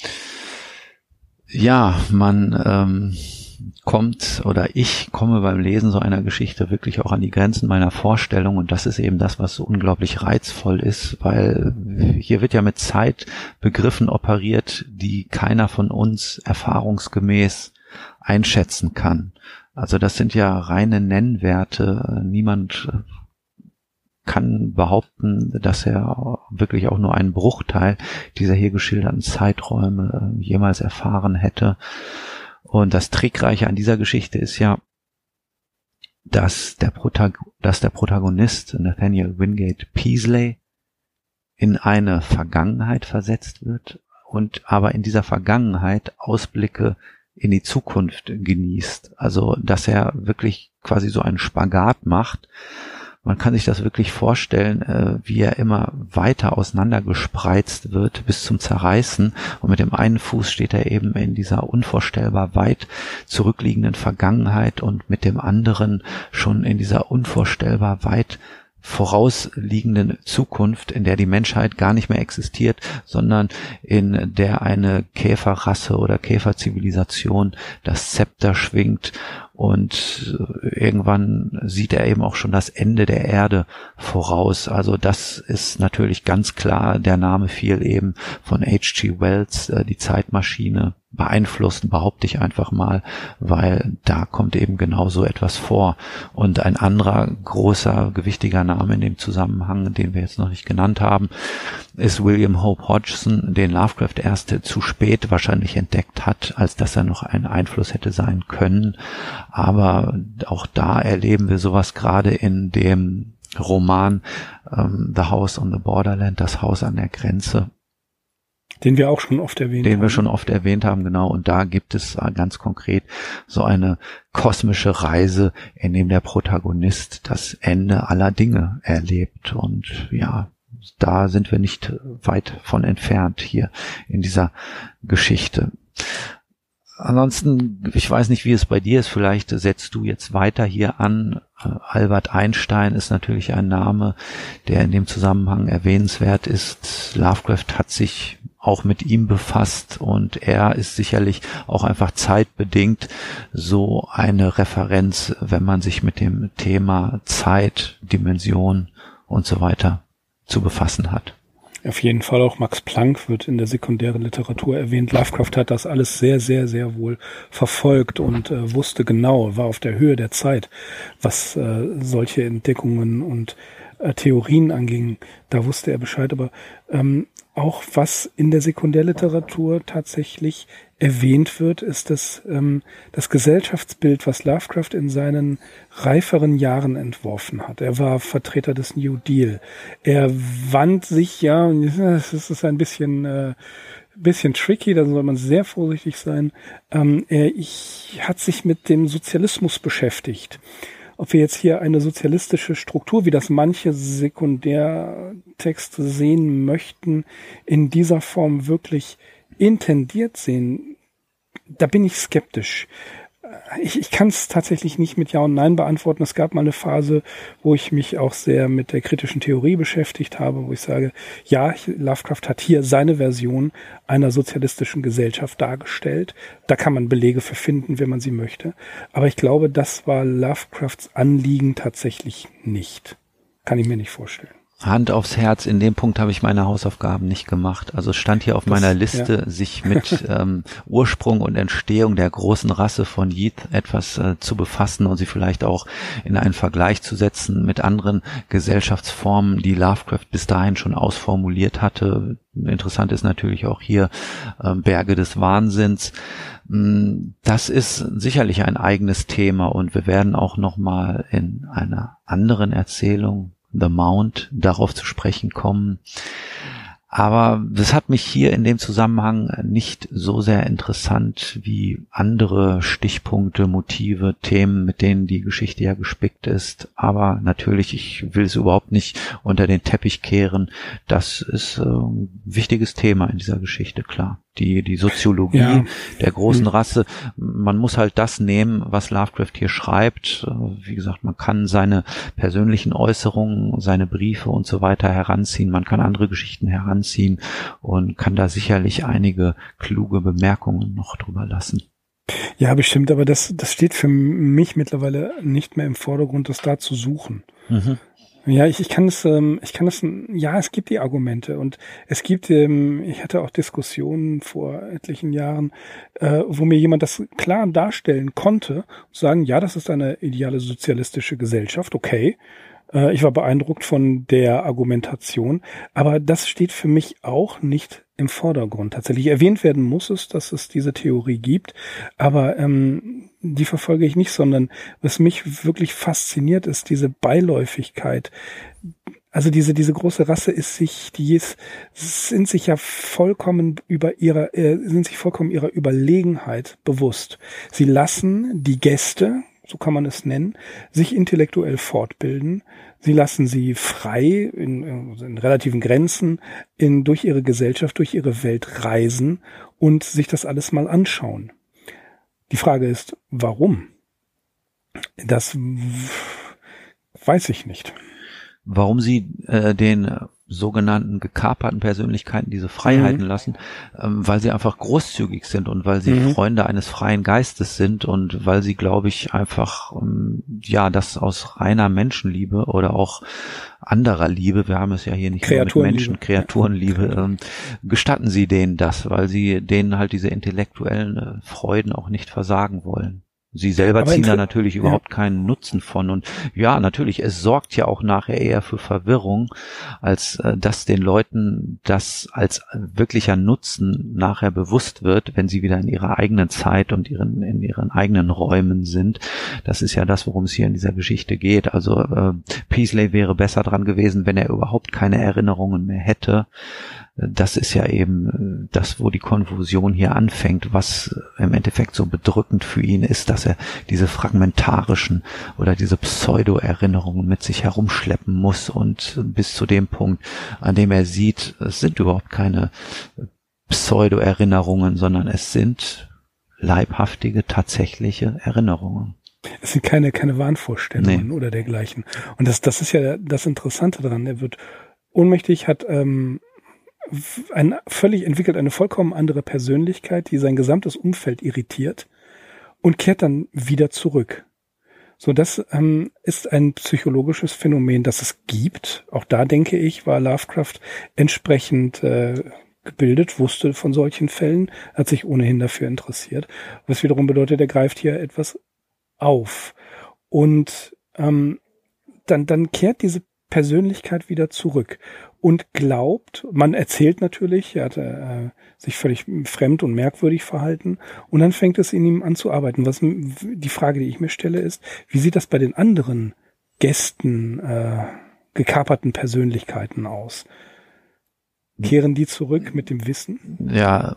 Ja, man ähm, kommt oder ich komme beim Lesen so einer Geschichte wirklich auch an die Grenzen meiner Vorstellung und das ist eben das, was so unglaublich reizvoll ist, weil hier wird ja mit Zeitbegriffen operiert, die keiner von uns erfahrungsgemäß einschätzen kann. Also das sind ja reine Nennwerte. Niemand kann behaupten, dass er wirklich auch nur einen Bruchteil dieser hier geschilderten Zeiträume jemals erfahren hätte. Und das Trickreiche an dieser Geschichte ist ja, dass der, Protag- dass der Protagonist Nathaniel Wingate Peaslee in eine Vergangenheit versetzt wird und aber in dieser Vergangenheit Ausblicke in die Zukunft genießt. Also, dass er wirklich quasi so einen Spagat macht. Man kann sich das wirklich vorstellen, äh, wie er immer weiter auseinandergespreizt wird bis zum Zerreißen. Und mit dem einen Fuß steht er eben in dieser unvorstellbar weit zurückliegenden Vergangenheit und mit dem anderen schon in dieser unvorstellbar weit vorausliegenden Zukunft, in der die Menschheit gar nicht mehr existiert, sondern in der eine Käferrasse oder Käferzivilisation das Zepter schwingt und irgendwann sieht er eben auch schon das Ende der Erde voraus. Also das ist natürlich ganz klar, der Name fiel eben von H G Wells, die Zeitmaschine, beeinflussen, behaupte ich einfach mal, weil da kommt eben genau so etwas vor. Und ein anderer großer, gewichtiger Name in dem Zusammenhang, den wir jetzt noch nicht genannt haben, ist William Hope Hodgson, den Lovecraft erst zu spät wahrscheinlich entdeckt hat, als dass er noch ein Einfluss hätte sein können. Aber auch da erleben wir sowas gerade in dem Roman ähm, The House on the Borderland, das Haus an der Grenze.
Den wir auch schon oft erwähnt
den
haben.
wir schon oft erwähnt haben, genau. Und da gibt es ganz konkret so eine kosmische Reise, in dem der Protagonist das Ende aller Dinge erlebt. Und ja, da sind wir nicht weit von entfernt hier in dieser Geschichte. Ansonsten, ich weiß nicht, wie es bei dir ist, vielleicht setzt du jetzt weiter hier an. Albert Einstein ist natürlich ein Name, der in dem Zusammenhang erwähnenswert ist. Lovecraft hat sich auch mit ihm befasst und er ist sicherlich auch einfach zeitbedingt so eine Referenz, wenn man sich mit dem Thema Zeit, Dimension und so weiter zu befassen hat.
Auf jeden Fall auch Max Planck wird in der sekundären Literatur erwähnt. Lovecraft hat das alles sehr, sehr, sehr wohl verfolgt und äh, wusste genau, war auf der Höhe der Zeit, was äh, solche Entdeckungen und äh, Theorien anging, da wusste er Bescheid, aber ähm, auch was in der Sekundärliteratur tatsächlich erwähnt wird, ist das, ähm, das Gesellschaftsbild, was Lovecraft in seinen reiferen Jahren entworfen hat. Er war Vertreter des New Deal. Er wand sich, ja, das ist ein bisschen, äh, bisschen tricky, da soll man sehr vorsichtig sein. Ähm, er ich, hat sich mit dem Sozialismus beschäftigt. Ob wir jetzt hier eine sozialistische Struktur, wie das manche Sekundärtexte sehen möchten, in dieser Form wirklich intendiert sehen, da bin ich skeptisch. Ich, ich kann es tatsächlich nicht mit Ja und Nein beantworten. Es gab mal eine Phase, wo ich mich auch sehr mit der kritischen Theorie beschäftigt habe, wo ich sage, ja, Lovecraft hat hier seine Version einer sozialistischen Gesellschaft dargestellt. Da kann man Belege für finden, wenn man sie möchte. Aber ich glaube, das war Lovecrafts Anliegen tatsächlich nicht. Kann ich mir nicht vorstellen.
Hand aufs Herz, in dem Punkt habe ich meine Hausaufgaben nicht gemacht. Also es stand hier auf das, meiner Liste, ja. sich mit ähm, Ursprung und Entstehung der großen Rasse von Yith etwas äh, zu befassen und sie vielleicht auch in einen Vergleich zu setzen mit anderen Gesellschaftsformen, die Lovecraft bis dahin schon ausformuliert hatte. Interessant ist natürlich auch hier äh, Berge des Wahnsinns. Das ist sicherlich ein eigenes Thema und wir werden auch nochmal in einer anderen Erzählung The Mount darauf zu sprechen kommen. Aber das hat mich hier in dem Zusammenhang nicht so sehr interessant wie andere Stichpunkte, Motive, Themen, mit denen die Geschichte ja gespickt ist. Aber natürlich, ich will es überhaupt nicht unter den Teppich kehren. Das ist ein wichtiges Thema in dieser Geschichte, klar. Die, die Soziologie ja. der großen mhm. Rasse. Man muss halt das nehmen, was Lovecraft hier schreibt. Wie gesagt, man kann seine persönlichen Äußerungen, seine Briefe und so weiter heranziehen. Man kann andere Geschichten heranziehen und kann da sicherlich einige kluge Bemerkungen noch drüber lassen.
Ja, bestimmt, aber das, das steht für mich mittlerweile nicht mehr im Vordergrund, das da zu suchen. Mhm. Ja, ich, ich kann es, ähm, ich kann es, ja, es gibt die Argumente und es gibt, ähm, ich hatte auch Diskussionen vor etlichen Jahren, äh, wo mir jemand das klar darstellen konnte und sagen, ja, das ist eine ideale sozialistische Gesellschaft, okay. Äh, ich war beeindruckt von der Argumentation, aber das steht für mich auch nicht im Vordergrund. Tatsächlich erwähnt werden muss es, dass es diese Theorie gibt, aber ähm, die verfolge ich nicht, sondern was mich wirklich fasziniert, ist diese Beiläufigkeit. Also diese diese große Rasse ist sich, die ist, sind sich ja vollkommen über ihrer, äh, sind sich vollkommen ihrer Überlegenheit bewusst. Sie lassen die Gäste, so kann man es nennen, sich intellektuell fortbilden. Sie lassen sie frei in, in relativen Grenzen in, durch ihre Gesellschaft, durch ihre Welt reisen und sich das alles mal anschauen. Die Frage ist, warum? Das weiß ich nicht.
Warum sie äh, den sogenannten gekaperten Persönlichkeiten diese Freiheiten mhm. lassen, ähm, weil sie einfach großzügig sind und weil sie mhm. Freunde eines freien Geistes sind und weil sie, glaube ich, einfach ähm, ja das aus reiner Menschenliebe oder auch anderer Liebe, wir haben es ja hier nicht nur mit Menschen, Kreaturenliebe, ähm, gestatten sie denen das, weil sie denen halt diese intellektuellen äh, Freuden auch nicht versagen wollen. Sie selber aber ziehen da natürlich ja. überhaupt keinen Nutzen von und ja, natürlich, es sorgt ja auch nachher eher für Verwirrung, als äh, dass den Leuten das als wirklicher Nutzen nachher bewusst wird, wenn sie wieder in ihrer eigenen Zeit und ihren in ihren eigenen Räumen sind. Das ist ja das, worum es hier in dieser Geschichte geht. Also äh, Peasley wäre besser dran gewesen, wenn er überhaupt keine Erinnerungen mehr hätte. Das ist ja eben das, wo die Konfusion hier anfängt, was im Endeffekt so bedrückend für ihn ist, dass er diese fragmentarischen oder diese Pseudo-Erinnerungen mit sich herumschleppen muss und bis zu dem Punkt, an dem er sieht, es sind überhaupt keine Pseudo-Erinnerungen, sondern es sind leibhaftige, tatsächliche Erinnerungen.
Es sind keine, keine Wahnvorstellungen nee. oder dergleichen. Und das, das ist ja das Interessante daran. Er wird ohnmächtig, hat ähm, ein völlig entwickelt eine vollkommen andere Persönlichkeit, die sein gesamtes Umfeld irritiert und kehrt dann wieder zurück. So, das ähm, ist ein psychologisches Phänomen, das es gibt. Auch da, denke ich, war Lovecraft entsprechend äh, gebildet, wusste von solchen Fällen, hat sich ohnehin dafür interessiert. Was wiederum bedeutet, er greift hier etwas auf. Und ähm, dann, dann kehrt diese Persönlichkeit wieder zurück und glaubt, man erzählt natürlich, er hatte äh, sich völlig fremd und merkwürdig verhalten und dann fängt es in ihm an zu arbeiten. Was die Frage, die ich mir stelle, ist, wie sieht das bei den anderen Gästen, äh, gekaperten Persönlichkeiten aus? Kehren die zurück mit dem Wissen?
Ja,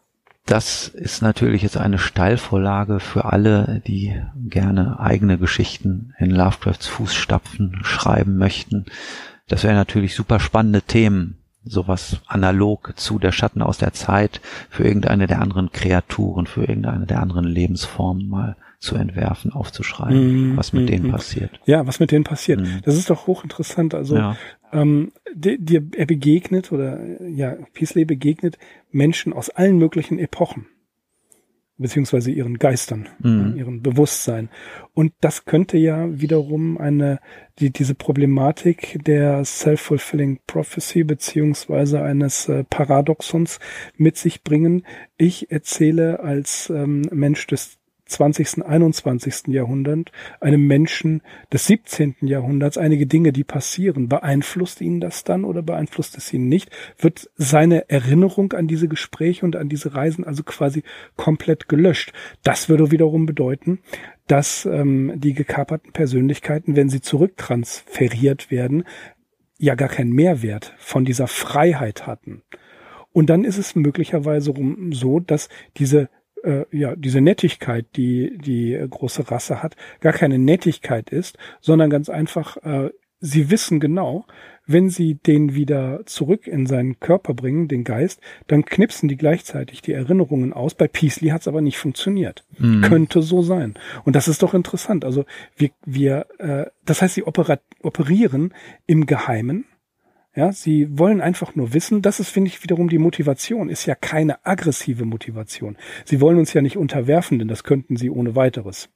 das ist natürlich jetzt eine Steilvorlage für alle, die gerne eigene Geschichten in Lovecrafts Fußstapfen schreiben möchten. Das wären natürlich super spannende Themen, sowas analog zu Der Schatten aus der Zeit für irgendeine der anderen Kreaturen, für irgendeine der anderen Lebensformen mal zu entwerfen, aufzuschreiben, mm, was mit mm, denen mm. passiert.
Ja, was mit denen passiert. Mm. Das ist doch hochinteressant. Also ja. ähm, die, die, er begegnet oder ja, Peasley begegnet Menschen aus allen möglichen Epochen, beziehungsweise ihren Geistern, mm. ihren Bewusstsein. Und das könnte ja wiederum eine die diese Problematik der self-fulfilling prophecy beziehungsweise eines äh, Paradoxons mit sich bringen. Ich erzähle als ähm, Mensch des zwanzigsten, einundzwanzigsten Jahrhundert, einem Menschen des siebzehnten Jahrhunderts einige Dinge, die passieren. Beeinflusst ihn das dann oder beeinflusst es ihn nicht? Wird seine Erinnerung an diese Gespräche und an diese Reisen also quasi komplett gelöscht? Das würde wiederum bedeuten, dass ähm, die gekaperten Persönlichkeiten, wenn sie zurücktransferiert werden, ja gar keinen Mehrwert von dieser Freiheit hatten. Und dann ist es möglicherweise so, dass diese Äh, ja, diese Nettigkeit, die die äh, große Rasse hat, gar keine Nettigkeit ist, sondern ganz einfach, äh, sie wissen genau, wenn sie den wieder zurück in seinen Körper bringen, den Geist, dann knipsen die gleichzeitig die Erinnerungen aus. Bei Peasley hat es aber nicht funktioniert. Mhm. Könnte so sein. Und das ist doch interessant. Also wir, wir, äh, das heißt, sie opera- operieren im Geheimen. Ja, sie wollen einfach nur wissen, das ist, finde ich, wiederum die Motivation, ist ja keine aggressive Motivation. Sie wollen uns ja nicht unterwerfen, denn das könnten sie ohne weiteres.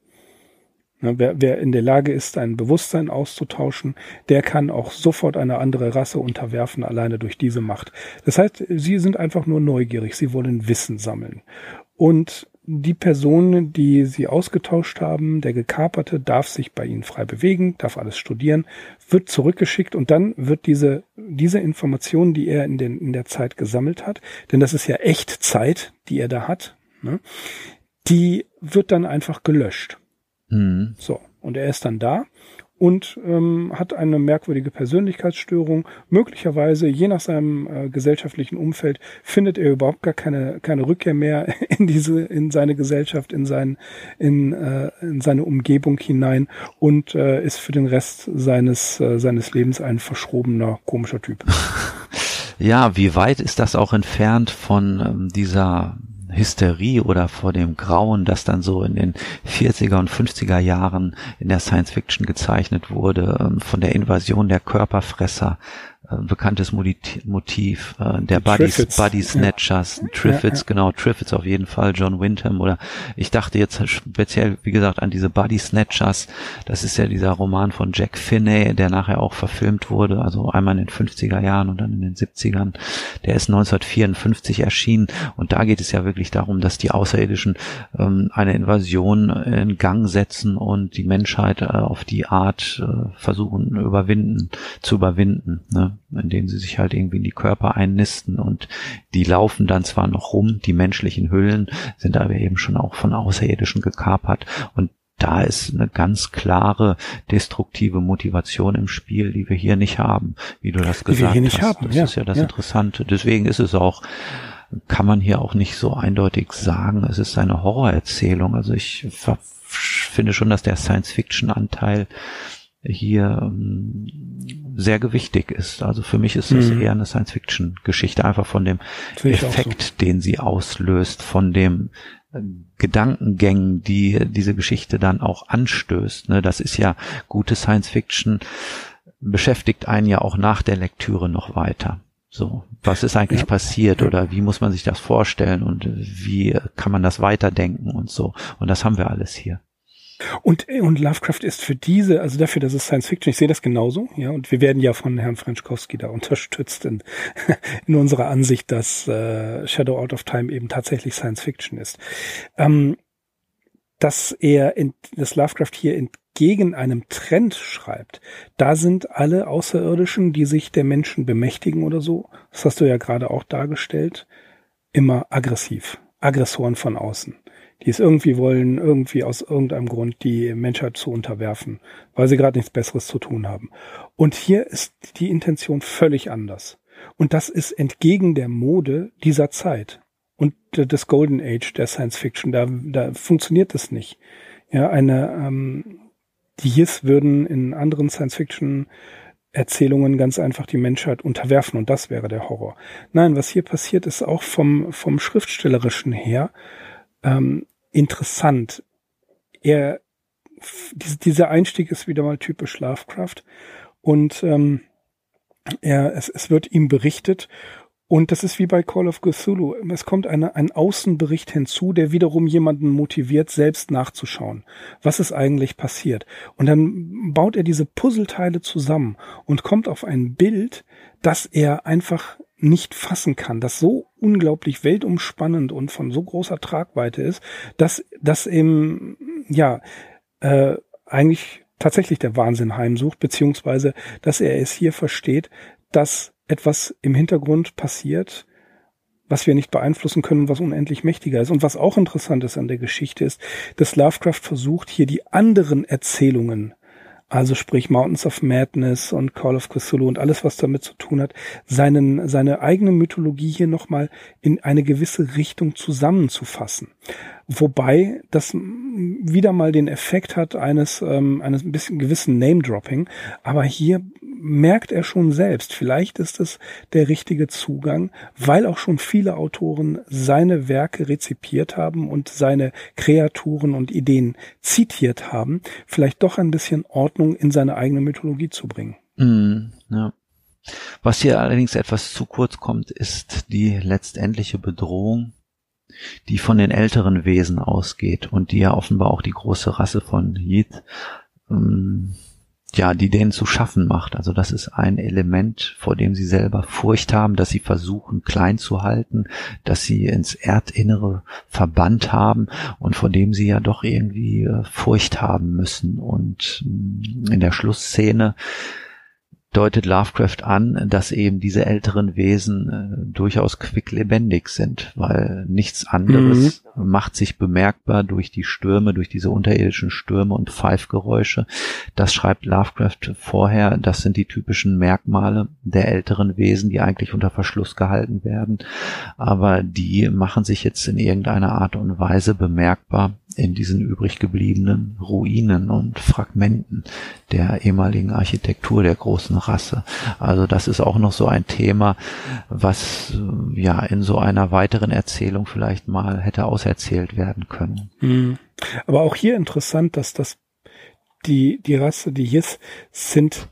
Ja, wer, wer in der Lage ist, ein Bewusstsein auszutauschen, der kann auch sofort eine andere Rasse unterwerfen, alleine durch diese Macht. Das heißt, sie sind einfach nur neugierig, sie wollen Wissen sammeln. Und die Person, die sie ausgetauscht haben, der Gekaperte, darf sich bei ihnen frei bewegen, darf alles studieren, wird zurückgeschickt und dann wird diese diese Information, die er in, den, in der Zeit gesammelt hat, denn das ist ja Echtzeit, die er da hat, ne, die wird dann einfach gelöscht. Mhm. So, und er ist dann da und ähm, hat eine merkwürdige Persönlichkeitsstörung. Möglicherweise, je nach seinem äh, gesellschaftlichen Umfeld, findet er überhaupt gar keine keine Rückkehr mehr in diese in seine Gesellschaft, in sein in äh, in seine Umgebung hinein und äh, ist für den Rest seines äh, seines Lebens ein verschrobener, komischer Typ.
Ja, wie weit ist das auch entfernt von ähm, dieser Hysterie oder vor dem Grauen, das dann so in den vierziger und fünfziger Jahren in der Science Fiction gezeichnet wurde, von der Invasion der Körperfresser, bekanntes Motiv, der Body, Body Snatchers, ja. Triffids, ja, ja. genau, Triffids auf jeden Fall, John Wyndham, oder ich dachte jetzt speziell, wie gesagt, an diese Body Snatchers, das ist ja dieser Roman von Jack Finney, der nachher auch verfilmt wurde, also einmal in den fünfziger Jahren und dann in den siebzigern, der ist neunzehnhundertvierundfünfzig erschienen und da geht es ja wirklich darum, dass die Außerirdischen ähm, eine Invasion in Gang setzen und die Menschheit äh, auf die Art äh, versuchen überwinden, zu überwinden, ne? In denen sie sich halt irgendwie in die Körper einnisten und die laufen dann zwar noch rum, die menschlichen Hüllen, sind aber eben schon auch von Außerirdischen gekapert und da ist eine ganz klare destruktive Motivation im Spiel, die wir hier nicht haben, wie du das gesagt
die wir hier nicht
hast.
Haben.
Das
ja.
ist ja das
ja.
Interessante. Deswegen ist es auch, kann man hier auch nicht so eindeutig sagen, es ist eine Horrorerzählung. Also ich ver- finde schon, dass der Science-Fiction-Anteil hier ähm, sehr gewichtig ist. Also für mich ist das mhm. eher eine Science-Fiction-Geschichte, einfach von dem Effekt, so. den sie auslöst, von dem äh, Gedankengängen, die diese Geschichte dann auch anstößt. Ne, das ist ja gute Science-Fiction, beschäftigt einen ja auch nach der Lektüre noch weiter. So, was ist eigentlich ja. passiert oder wie muss man sich das vorstellen und wie kann man das weiterdenken und so. Und das haben wir alles hier.
Und, und Lovecraft ist für diese, also dafür, dass es Science Fiction, ich sehe das genauso, ja, und wir werden ja von Herrn Frenschkowski da unterstützt in, in unserer Ansicht, dass äh, Shadow Out of Time eben tatsächlich Science Fiction ist. Ähm, dass er, in, dass Lovecraft hier entgegen einem Trend schreibt. Da sind alle Außerirdischen, die sich der Menschen bemächtigen oder so, das hast du ja gerade auch dargestellt, immer aggressiv. Aggressoren von außen, die es irgendwie wollen, irgendwie aus irgendeinem Grund die Menschheit zu unterwerfen, weil sie gerade nichts Besseres zu tun haben. Und hier ist die Intention völlig anders. Und das ist entgegen der Mode dieser Zeit und des Golden Age der Science Fiction. Da, da funktioniert das nicht. Ja, eine, ähm, die Yith würden in anderen Science Fiction Erzählungen ganz einfach die Menschheit unterwerfen und das wäre der Horror. Nein, was hier passiert, ist auch vom, vom Schriftstellerischen her ähm, interessant. Er, diese, dieser Einstieg ist wieder mal typisch Lovecraft und ähm, er, es, es wird ihm berichtet und das ist wie bei Call of Cthulhu. Es kommt eine, ein Außenbericht hinzu, der wiederum jemanden motiviert, selbst nachzuschauen. Was ist eigentlich passiert? Und dann baut er diese Puzzleteile zusammen und kommt auf ein Bild, das er einfach nicht fassen kann, das so unglaublich weltumspannend und von so großer Tragweite ist, dass das eben, ja, äh, eigentlich tatsächlich der Wahnsinn heimsucht, beziehungsweise, dass er es hier versteht, dass etwas im Hintergrund passiert, was wir nicht beeinflussen können, was unendlich mächtiger ist. Und was auch interessant ist an der Geschichte ist, dass Lovecraft versucht, hier die anderen Erzählungen, also sprich Mountains of Madness und Call of Cthulhu und alles, was damit zu tun hat, seinen, seine eigene Mythologie hier nochmal in eine gewisse Richtung zusammenzufassen. Wobei das wieder mal den Effekt hat eines, ähm, eines ein bisschen gewissen Name-Dropping. Aber hier merkt er schon selbst, vielleicht ist es der richtige Zugang, weil auch schon viele Autoren seine Werke rezipiert haben und seine Kreaturen und Ideen zitiert haben, vielleicht doch ein bisschen Ordnung in seine eigene Mythologie zu bringen.
Mm, ja. Was hier allerdings etwas zu kurz kommt, ist die letztendliche Bedrohung, die von den älteren Wesen ausgeht und die ja offenbar auch die große Rasse von Yith, ähm, ja, die denen zu schaffen macht. Also das ist ein Element, vor dem sie selber Furcht haben, dass sie versuchen klein zu halten, dass sie ins Erdinnere verbannt haben und vor dem sie ja doch irgendwie äh, Furcht haben müssen. Und mh, in der Schlussszene deutet Lovecraft an, dass eben diese älteren Wesen äh, durchaus quicklebendig sind, weil nichts anderes mhm. macht sich bemerkbar durch die Stürme, durch diese unterirdischen Stürme und Pfeifgeräusche. Das schreibt Lovecraft vorher, das sind die typischen Merkmale der älteren Wesen, die eigentlich unter Verschluss gehalten werden, aber die machen sich jetzt in irgendeiner Art und Weise bemerkbar in diesen übrig gebliebenen Ruinen und Fragmenten der ehemaligen Architektur der großen Rasse. Also das ist auch noch so ein Thema, was ja in so einer weiteren Erzählung vielleicht mal hätte auserzählt werden können.
Mhm. Aber auch hier interessant, dass das die die Rasse, die Yith sind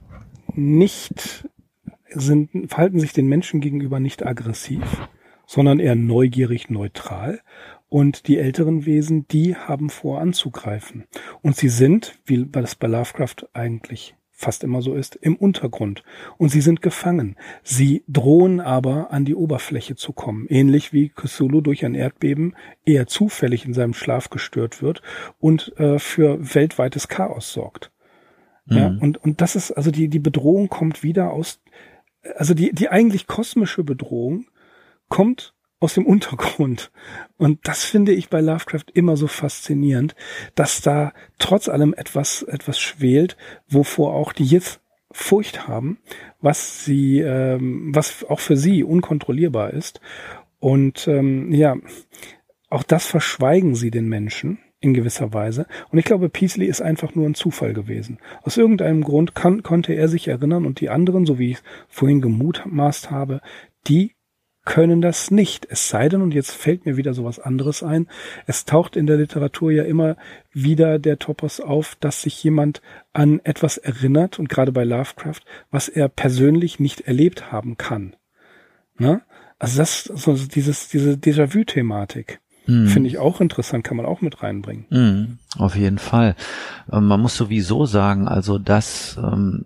nicht sind verhalten sich den Menschen gegenüber nicht aggressiv, sondern eher neugierig, neutral. Und die älteren Wesen, die haben vor anzugreifen. Und sie sind, wie das bei Lovecraft eigentlich fast immer so ist, im Untergrund. Und sie sind gefangen. Sie drohen aber, an die Oberfläche zu kommen. Ähnlich wie Cthulhu durch ein Erdbeben eher zufällig in seinem Schlaf gestört wird und äh, für weltweites Chaos sorgt. Mhm. Ja, und, und das ist, also die, die Bedrohung kommt wieder aus, also die, die eigentlich kosmische Bedrohung kommt aus dem Untergrund. Und das finde ich bei Lovecraft immer so faszinierend, dass da trotz allem etwas, etwas schwelt, wovor auch die Yith Furcht haben, was sie, ähm, was auch für sie unkontrollierbar ist. Und ähm, ja, auch das verschweigen sie den Menschen in gewisser Weise. Und ich glaube, Peasley ist einfach nur ein Zufall gewesen. Aus irgendeinem Grund kann, konnte er sich erinnern und die anderen, so wie ich vorhin gemutmaßt habe, die können das nicht. Es sei denn, und jetzt fällt mir wieder sowas anderes ein, es taucht in der Literatur ja immer wieder der Topos auf, dass sich jemand an etwas erinnert, und gerade bei Lovecraft, was er persönlich nicht erlebt haben kann. Ne? Also das, so dieses, diese Déjà-vu-Thematik. Mm. Finde ich auch interessant, kann man auch mit reinbringen.
Mm, auf jeden Fall. Ähm, man muss sowieso sagen, also dass ähm,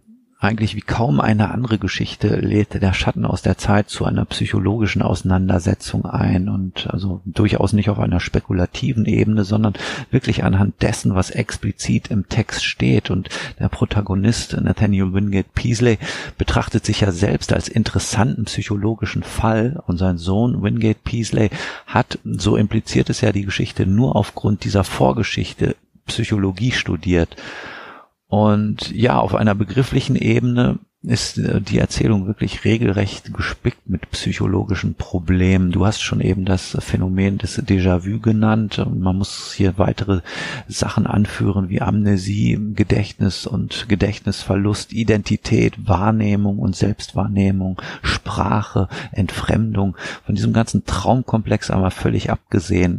eigentlich wie kaum eine andere Geschichte lädt der Schatten aus der Zeit zu einer psychologischen Auseinandersetzung ein und also durchaus nicht auf einer spekulativen Ebene, sondern wirklich anhand dessen, was explizit im Text steht. Und der Protagonist Nathaniel Wingate Peaslee betrachtet sich ja selbst als interessanten psychologischen Fall und sein Sohn Wingate Peaslee hat, so impliziert es ja die Geschichte, nur aufgrund dieser Vorgeschichte Psychologie studiert. Und ja, auf einer begrifflichen Ebene ist die Erzählung wirklich regelrecht gespickt mit psychologischen Problemen. Du hast schon eben das Phänomen des Déjà-vu genannt. Man muss hier weitere Sachen anführen wie Amnesie, Gedächtnis und Gedächtnisverlust, Identität, Wahrnehmung und Selbstwahrnehmung, Sprache, Entfremdung. Von diesem ganzen Traumkomplex einmal völlig abgesehen.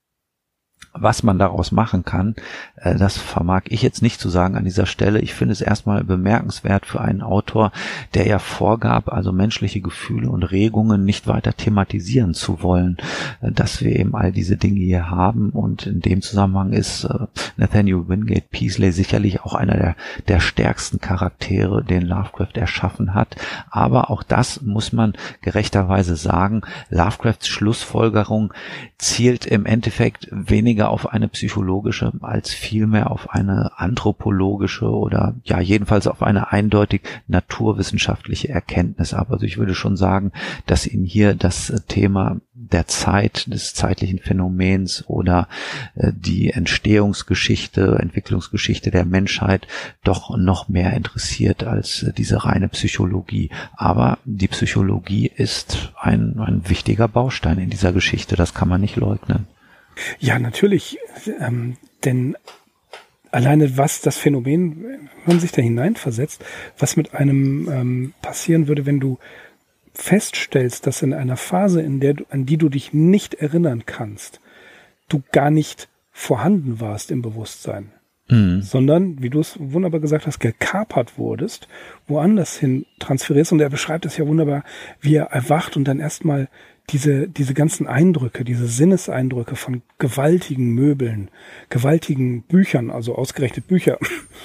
Was man daraus machen kann, das vermag ich jetzt nicht zu sagen an dieser Stelle. Ich finde es erstmal bemerkenswert für einen Autor, der ja vorgab, also menschliche Gefühle und Regungen nicht weiter thematisieren zu wollen, dass wir eben all diese Dinge hier haben. Und in dem Zusammenhang ist Nathaniel Wingate Peaslee sicherlich auch einer der, der stärksten Charaktere, den Lovecraft erschaffen hat. Aber auch das muss man gerechterweise sagen, Lovecrafts Schlussfolgerung zielt im Endeffekt weniger auf eine psychologische als vielmehr auf eine anthropologische oder ja jedenfalls auf eine eindeutig naturwissenschaftliche Erkenntnis ab. Also ich würde schon sagen, dass ihn hier das Thema der Zeit, des zeitlichen Phänomens oder äh, die Entstehungsgeschichte, Entwicklungsgeschichte der Menschheit doch noch mehr interessiert als äh, diese reine Psychologie. Aber die Psychologie ist ein, ein wichtiger Baustein in dieser Geschichte, das kann man nicht leugnen.
Ja, natürlich, ähm, denn alleine was das Phänomen, wenn man sich da hineinversetzt, was mit einem ähm, passieren würde, wenn du feststellst, dass in einer Phase, in der du, an die du dich nicht erinnern kannst, du gar nicht vorhanden warst im Bewusstsein, mhm. sondern, wie du es wunderbar gesagt hast, gekapert wurdest, woanders hin transferierst. Und er beschreibt es ja wunderbar, wie er erwacht und dann erstmal diese diese ganzen Eindrücke, diese Sinneseindrücke von gewaltigen Möbeln, gewaltigen Büchern, also ausgerechnet Bücher,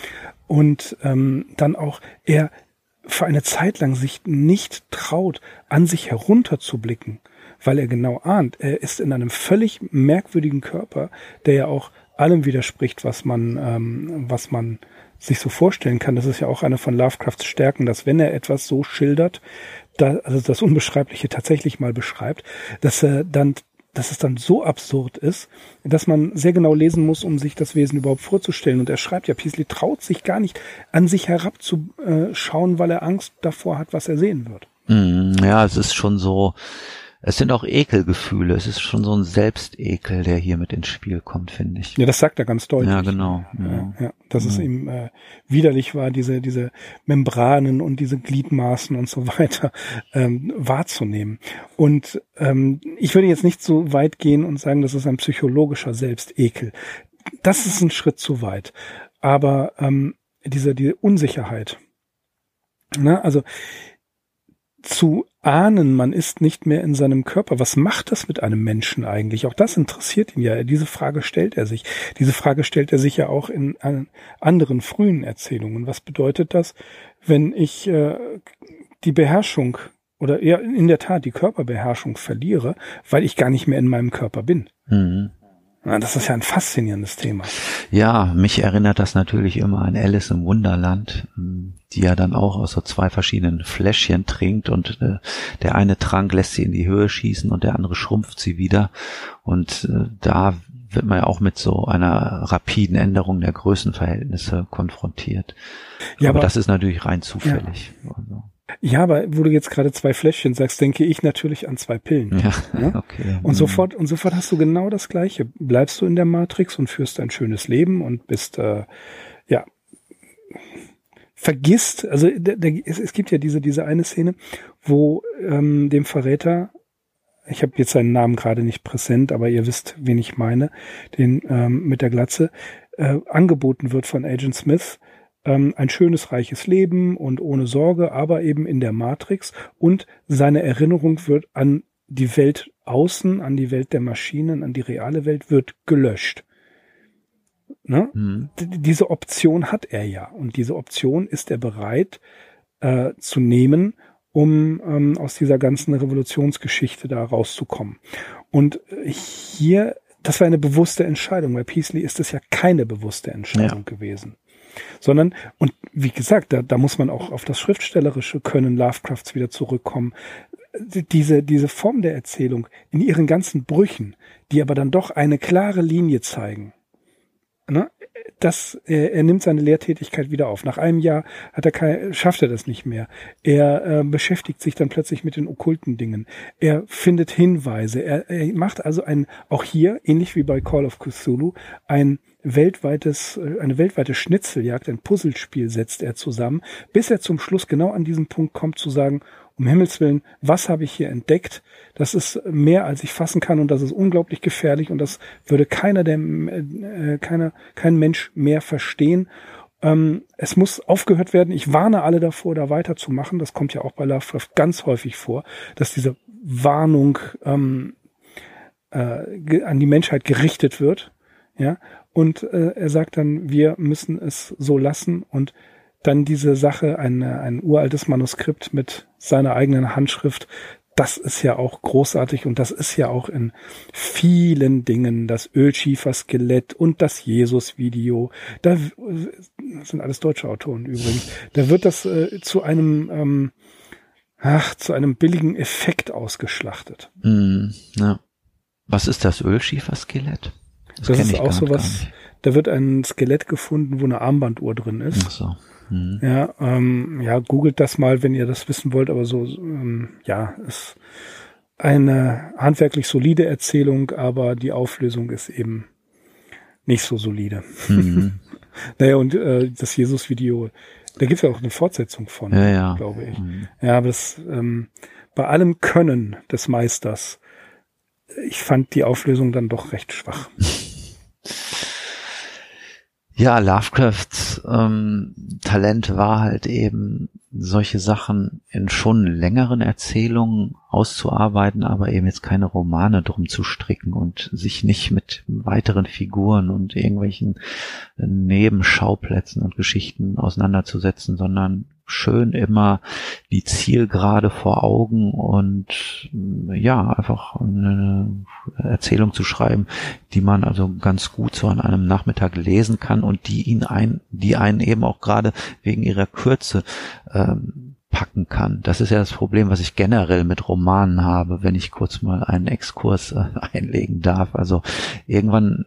und ähm, dann auch er für eine Zeit lang sich nicht traut, an sich herunterzublicken, weil er genau ahnt, er ist in einem völlig merkwürdigen Körper, der ja auch allem widerspricht, was man ähm, was man sich so vorstellen kann. Das ist ja auch eine von Lovecrafts Stärken, dass wenn er etwas so schildert, da, also das Unbeschreibliche tatsächlich mal beschreibt, dass er dann, dass es dann so absurd ist, dass man sehr genau lesen muss, um sich das Wesen überhaupt vorzustellen. Und er schreibt ja, Peaslee traut sich gar nicht, an sich herabzuschauen, weil er Angst davor hat, was er sehen wird.
Ja, es ist schon so, es sind auch Ekelgefühle, es ist schon so ein Selbstekel, der hier mit ins Spiel kommt, finde ich.
Ja, das sagt er ganz deutlich.
Ja, genau. Ja.
Ja, ja, dass ja. es ihm äh, widerlich war, diese diese Membranen und diese Gliedmaßen und so weiter ähm, wahrzunehmen. Und ähm, ich würde jetzt nicht so weit gehen und sagen, das ist ein psychologischer Selbstekel. Das ist ein Schritt zu weit. Aber ähm, diese, diese Unsicherheit, ne, also zu ahnen, man ist nicht mehr in seinem Körper. Was macht das mit einem Menschen eigentlich? Auch das interessiert ihn ja. Diese Frage stellt er sich. Diese Frage stellt er sich ja auch in anderen frühen Erzählungen. Was bedeutet das, wenn ich äh, die Beherrschung oder eher in der Tat die Körperbeherrschung verliere, weil ich gar nicht mehr in meinem Körper bin? Mhm. Das ist ja ein faszinierendes Thema.
Ja, mich erinnert das natürlich immer an Alice im Wunderland, die ja dann auch aus so zwei verschiedenen Fläschchen trinkt und äh, der eine Trank lässt sie in die Höhe schießen und der andere schrumpft sie wieder. Und äh, da wird man ja auch mit so einer rapiden Änderung der Größenverhältnisse konfrontiert. Ja, aber, aber das ist natürlich rein zufällig.
Ja. Also. Ja, aber wo du jetzt gerade zwei Fläschchen sagst, denke ich natürlich an zwei Pillen. Ja, ja? Okay. Und sofort, und sofort hast du genau das Gleiche. Bleibst du in der Matrix und führst ein schönes Leben und bist, äh, ja, vergisst, also der, der, es, es gibt ja diese, diese eine Szene, wo ähm, dem Verräter, ich habe jetzt seinen Namen gerade nicht präsent, aber ihr wisst, wen ich meine, den ähm, mit der Glatze, äh, angeboten wird von Agent Smith, ein schönes, reiches Leben und ohne Sorge, aber eben in der Matrix, und seine Erinnerung wird an die Welt außen, an die Welt der Maschinen, an die reale Welt wird gelöscht. Ne?
Mhm.
D- diese Option hat er ja. Und diese Option ist er bereit äh, zu nehmen, um ähm, aus dieser ganzen Revolutionsgeschichte da rauszukommen. Und äh, hier, das war eine bewusste Entscheidung. Bei Peaslee ist es ja keine bewusste Entscheidung
Ja.
gewesen. Sondern, und wie gesagt, da, da muss man auch auf das schriftstellerische Können Lovecrafts wieder zurückkommen. Diese, diese Form der Erzählung in ihren ganzen Brüchen, die aber dann doch eine klare Linie zeigen. Ne? Das, er, er nimmt seine Lehrtätigkeit wieder auf. Nach einem Jahr hat er kein, schafft er das nicht mehr. Er äh, beschäftigt sich dann plötzlich mit den okkulten Dingen. Er findet Hinweise. Er, er macht also ein, auch hier, ähnlich wie bei Call of Cthulhu, ein weltweites, eine weltweite Schnitzeljagd, ein Puzzlespiel setzt er zusammen, bis er zum Schluss genau an diesen Punkt kommt zu sagen, um Himmels Willen, was habe ich hier entdeckt? Das ist mehr, als ich fassen kann und das ist unglaublich gefährlich und das würde keiner, der, äh, keiner, kein Mensch mehr verstehen. Ähm, es muss aufgehört werden. Ich warne alle davor, da weiterzumachen. Das kommt ja auch bei Lovecraft ganz häufig vor, dass diese Warnung ähm, äh, an die Menschheit gerichtet wird. Ja, und äh, er sagt dann, wir müssen es so lassen und dann diese Sache, ein, ein uraltes Manuskript mit seiner eigenen Handschrift, das ist ja auch großartig und das ist ja auch in vielen Dingen, das Ölschiefer-Skelett und das Jesus-Video, da das sind alles deutsche Autoren übrigens, da wird das äh, zu einem ähm, ach, zu einem billigen Effekt ausgeschlachtet.
Mm, ja. Was ist das Ölschiefer-Skelett?
Das, das ist auch sowas, da wird ein Skelett gefunden, wo eine Armbanduhr drin ist.
Ach so. Mhm.
Ja, ähm, ja, googelt das mal, wenn ihr das wissen wollt, aber so, ähm, ja, ist eine handwerklich solide Erzählung, aber die Auflösung ist eben nicht so solide.
Mhm.
Naja, und äh, das Jesus-Video, da gibt's ja auch eine Fortsetzung von,
ja, ja.
glaube ich.
Mhm.
Ja, aber das, ähm, bei allem Können des Meisters, ich fand die Auflösung dann doch recht schwach.
Ja, Lovecrafts ähm, Talent war halt eben, solche Sachen in schon längeren Erzählungen auszuarbeiten, aber eben jetzt keine Romane drum zu stricken und sich nicht mit weiteren Figuren und irgendwelchen Nebenschauplätzen und Geschichten auseinanderzusetzen, sondern schön immer die Zielgerade vor Augen und ja, einfach eine Erzählung zu schreiben, die man also ganz gut so an einem Nachmittag lesen kann und die ihn ein, die einen eben auch gerade wegen ihrer Kürze ähm, packen kann. Das ist ja das Problem, was ich generell mit Romanen habe, wenn ich kurz mal einen Exkurs äh, einlegen darf. Also irgendwann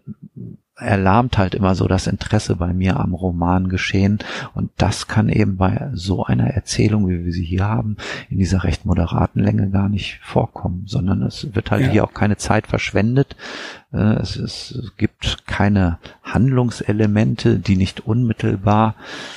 erlahmt halt immer so das Interesse bei mir am Roman geschehen und das kann eben bei so einer Erzählung, wie wir sie hier haben, in dieser recht moderaten Länge gar nicht vorkommen, sondern es wird halt ja. hier auch keine Zeit verschwendet. Es, es gibt keine Handlungselemente, die nicht unmittelbar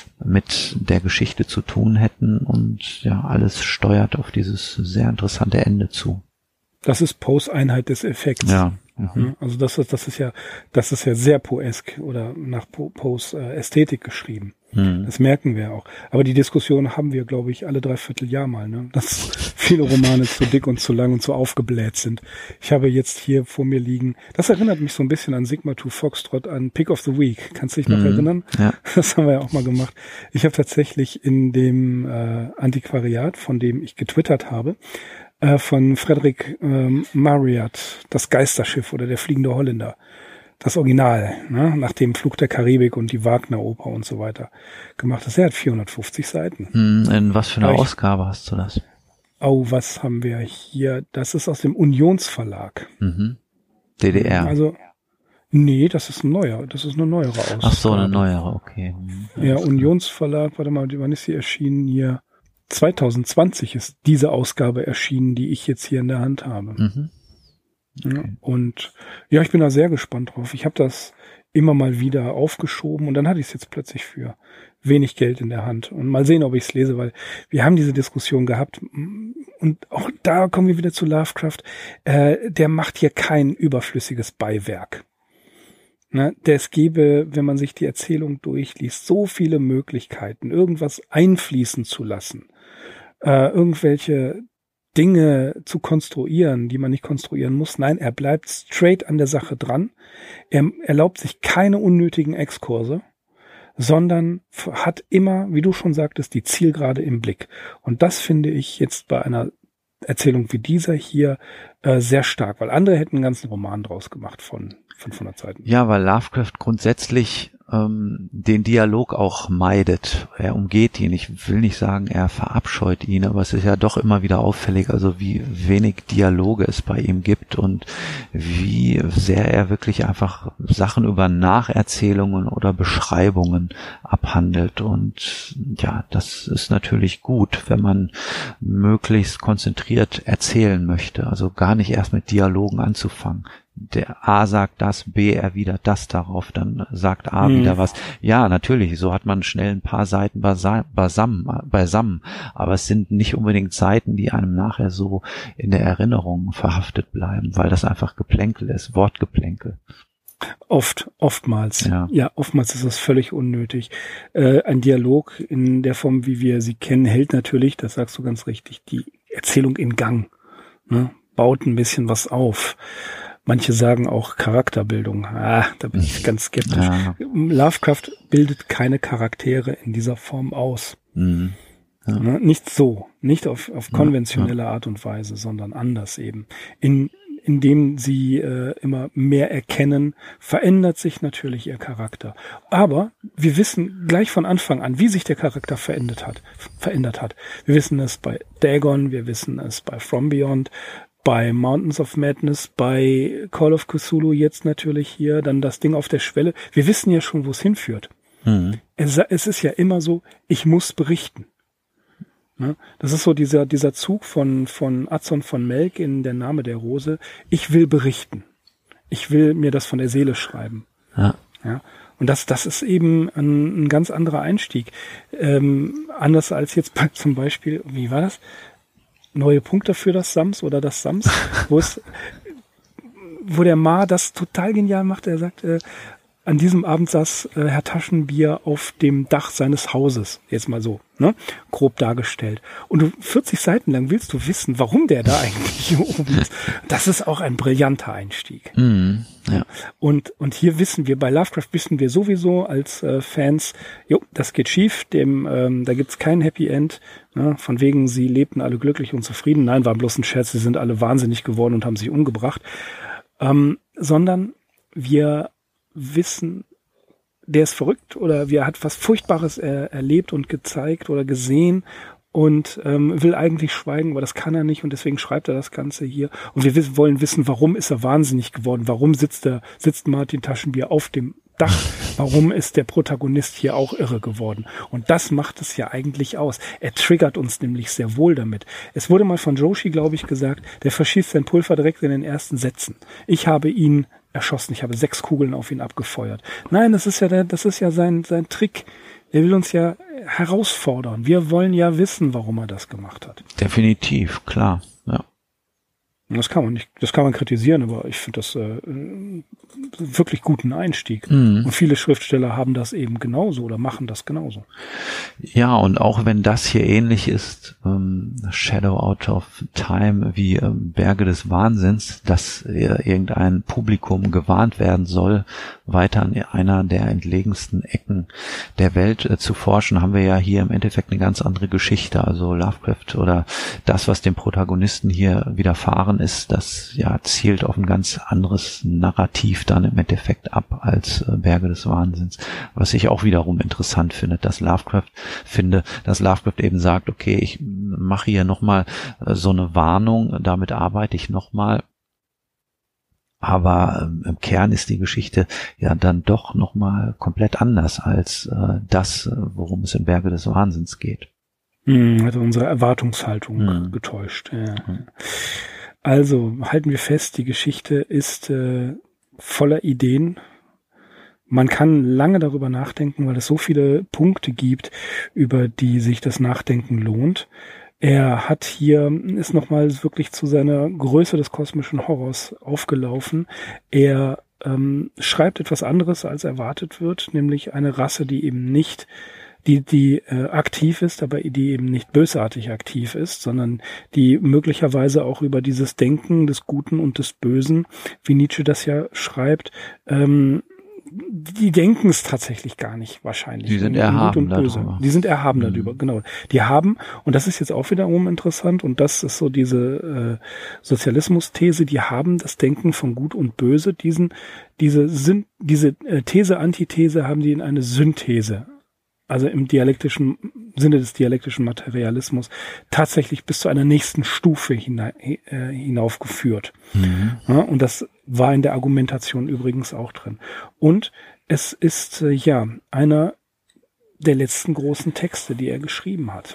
mit der Geschichte zu tun hätten und ja, alles steuert auf dieses sehr interessante Ende zu.
Das ist Poes Einheit des Effekts.
Ja. Mhm.
Also das ist, das ist ja, das ist ja sehr poesk oder nach Poes äh, Ästhetik geschrieben. Mhm. Das merken wir auch. Aber die Diskussion haben wir, glaube ich, alle dreiviertel Jahr mal, ne? Dass viele Romane zu dick und zu lang und zu aufgebläht sind. Ich habe jetzt hier vor mir liegen, das erinnert mich so ein bisschen an Sigma two Foxtrot, an Pick of the Week. Kannst du dich noch mhm. erinnern? Ja. Das haben wir ja auch mal gemacht. Ich habe tatsächlich in dem äh, Antiquariat, von dem ich getwittert habe, von Frederick ähm, Marryat, das Geisterschiff oder der fliegende Holländer, das Original, ne, nach dem Flug der Karibik und die Wagner-Oper und so weiter gemacht. Das er hat vierhundertfünfzig Seiten.
In was für eine Aber Ausgabe ich, hast du das?
Oh, was haben wir hier? Das ist aus dem Unionsverlag.
Mhm. D D R.
Also nee, das ist ein neuer, das ist eine neuere Ausgabe.
Ach so, eine neuere, okay.
Ja, ja Unionsverlag, warte mal, wann ist sie erschienen hier? zwanzig zwanzig ist diese Ausgabe erschienen, die ich jetzt hier in der Hand habe. Mhm. Okay. Ja, und ja, ich bin da sehr gespannt drauf. Ich habe das immer mal wieder aufgeschoben und dann hatte ich es jetzt plötzlich für wenig Geld in der Hand. Und mal sehen, ob ich es lese, weil wir haben diese Diskussion gehabt. Und auch da kommen wir wieder zu Lovecraft. Äh, der macht hier kein überflüssiges Beiwerk. Ne, es gäbe, wenn man sich die Erzählung durchliest, so viele Möglichkeiten, irgendwas einfließen zu lassen. Äh, irgendwelche Dinge zu konstruieren, die man nicht konstruieren muss. Nein, er bleibt straight an der Sache dran. Er erlaubt sich keine unnötigen Exkurse, sondern hat immer, wie du schon sagtest, die Zielgerade im Blick. Und das finde ich jetzt bei einer Erzählung wie dieser hier äh, sehr stark, weil andere hätten einen ganzen Roman draus gemacht von fünfhundert Seiten.
Ja, weil Lovecraft grundsätzlich ähm, den Dialog auch meidet. Er umgeht ihn. Ich will nicht sagen, er verabscheut ihn, aber es ist ja doch immer wieder auffällig, also wie wenig Dialoge es bei ihm gibt und wie sehr er wirklich einfach Sachen über Nacherzählungen oder Beschreibungen abhandelt. Und ja, das ist natürlich gut, wenn man möglichst konzentriert erzählen möchte. Also gar nicht erst mit Dialogen anzufangen. Der A sagt das, B erwidert das darauf, dann sagt A mhm. wieder was. Ja, natürlich, so hat man schnell ein paar Seiten beisammen, beisammen, aber es sind nicht unbedingt Seiten, die einem nachher so in der Erinnerung verhaftet bleiben, weil das einfach Geplänkel ist, Wortgeplänkel.
Oft, oftmals.
Ja,
ja oftmals ist das völlig unnötig. Äh, ein Dialog in der Form, wie wir sie kennen, hält natürlich, das sagst du ganz richtig, die Erzählung in Gang, ne? Baut ein bisschen was auf. Manche sagen auch Charakterbildung. Ah, da bin ich ganz skeptisch. Ja. Lovecraft bildet keine Charaktere in dieser Form aus. Mhm. Ja. Ne? Nicht so, nicht auf, auf konventionelle Art und Weise, sondern anders eben. In, indem sie äh, immer mehr erkennen, verändert sich natürlich ihr Charakter. Aber wir wissen gleich von Anfang an, wie sich der Charakter verändert hat. Verändert hat. Wir wissen es bei Dagon, wir wissen es bei From Beyond, bei Mountains of Madness, bei Call of Cthulhu jetzt natürlich hier, dann das Ding auf der Schwelle. Wir wissen ja schon, wo es hinführt. Mhm. Es, es ist ja immer so, ich muss berichten. Ne? Das ist so dieser dieser Zug von von Adson von Melk in Der Name der Rose. Ich will berichten. Ich will mir das von der Seele schreiben. Ja. Ja? Und das das ist eben ein, ein ganz anderer Einstieg. Ähm, anders als jetzt bei zum Beispiel, wie war das? Neue Punkte für das Sams oder das Sams, wo es, wo der Ma das total genial macht. Er sagt, äh, an diesem Abend saß äh, Herr Taschenbier auf dem Dach seines Hauses. Jetzt mal so, ne? Grob dargestellt. Und du vierzig Seiten lang willst du wissen, warum der da eigentlich hier oben ist. Das ist auch ein brillanter Einstieg.
Mhm, ja.
Und, und hier wissen wir, bei Lovecraft wissen wir sowieso als äh, Fans, jo, das geht schief, dem, ähm, da gibt's kein Happy End. Ne? Von wegen, sie lebten alle glücklich und zufrieden. Nein, war bloß ein Scherz, sie sind alle wahnsinnig geworden und haben sich umgebracht. Ähm, sondern wir wissen, der ist verrückt oder wir hat was Furchtbares er, erlebt und gezeigt oder gesehen und ähm, will eigentlich schweigen, aber das kann er nicht und deswegen schreibt er das Ganze hier. Und wir wissen, wollen wissen, warum ist er wahnsinnig geworden? Warum sitzt er, sitzt Martin Taschenbier auf dem Dach? Warum ist der Protagonist hier auch irre geworden? Und das macht es ja eigentlich aus. Er triggert uns nämlich sehr wohl damit. Es wurde mal von Joshi, glaube ich, gesagt, der verschießt sein Pulver direkt in den ersten Sätzen. Ich habe ihn erschossen, ich habe sechs Kugeln auf ihn abgefeuert. Nein, das ist ja der, das ist ja sein, sein Trick. Er will uns ja herausfordern. Wir wollen ja wissen, warum er das gemacht hat.
Definitiv, klar, ja.
Das kann man nicht, das kann man kritisieren, aber ich finde das äh, wirklich guten Einstieg. Mhm. Und viele Schriftsteller haben das eben genauso oder machen das genauso.
Ja, und auch wenn das hier ähnlich ist, ähm, Shadow Out of Time wie ähm, Berge des Wahnsinns, dass äh, irgendein Publikum gewarnt werden soll, weiter an einer der entlegensten Ecken der Welt äh, zu forschen, haben wir ja hier im Endeffekt eine ganz andere Geschichte. Also Lovecraft oder das, was dem Protagonisten hier widerfahren ist, das ja zielt auf ein ganz anderes Narrativ dann im Endeffekt ab als äh, Berge des Wahnsinns. Was ich auch wiederum interessant finde, dass Lovecraft finde, dass Lovecraft eben sagt, okay, ich mache hier nochmal äh, so eine Warnung, damit arbeite ich nochmal. Aber ähm, im Kern ist die Geschichte ja dann doch nochmal komplett anders als äh, das, äh, worum es in Berge des Wahnsinns geht.
Hm, also unsere Erwartungshaltung hm. getäuscht. Ja. Hm. Also halten wir fest, die Geschichte ist äh, voller Ideen. Man kann lange darüber nachdenken, weil es so viele Punkte gibt, über die sich das Nachdenken lohnt. Er hat hier, ist nochmal wirklich zu seiner Größe des kosmischen Horrors aufgelaufen. Er ähm, schreibt etwas anderes, als erwartet wird, nämlich eine Rasse, die eben nicht die die äh, aktiv ist, aber die eben nicht bösartig aktiv ist, sondern die möglicherweise auch über dieses Denken des Guten und des Bösen, wie Nietzsche das ja schreibt, ähm, die denken es tatsächlich gar nicht wahrscheinlich.
Die sind erhaben darüber.
Die sind erhaben
mhm.
darüber, genau. Die haben, und das ist jetzt auch wiederum interessant, und das ist so diese äh, Sozialismus-These, die haben das Denken von Gut und Böse, diesen, diese, Syn- diese äh, These, Antithese haben die in eine Synthese, also im dialektischen Sinne des dialektischen Materialismus, tatsächlich bis zu einer nächsten Stufe hina- äh, hinaufgeführt. Mhm. Ja, und das war in der Argumentation übrigens auch drin. Und es ist, äh, ja, einer der letzten großen Texte, die er geschrieben hat.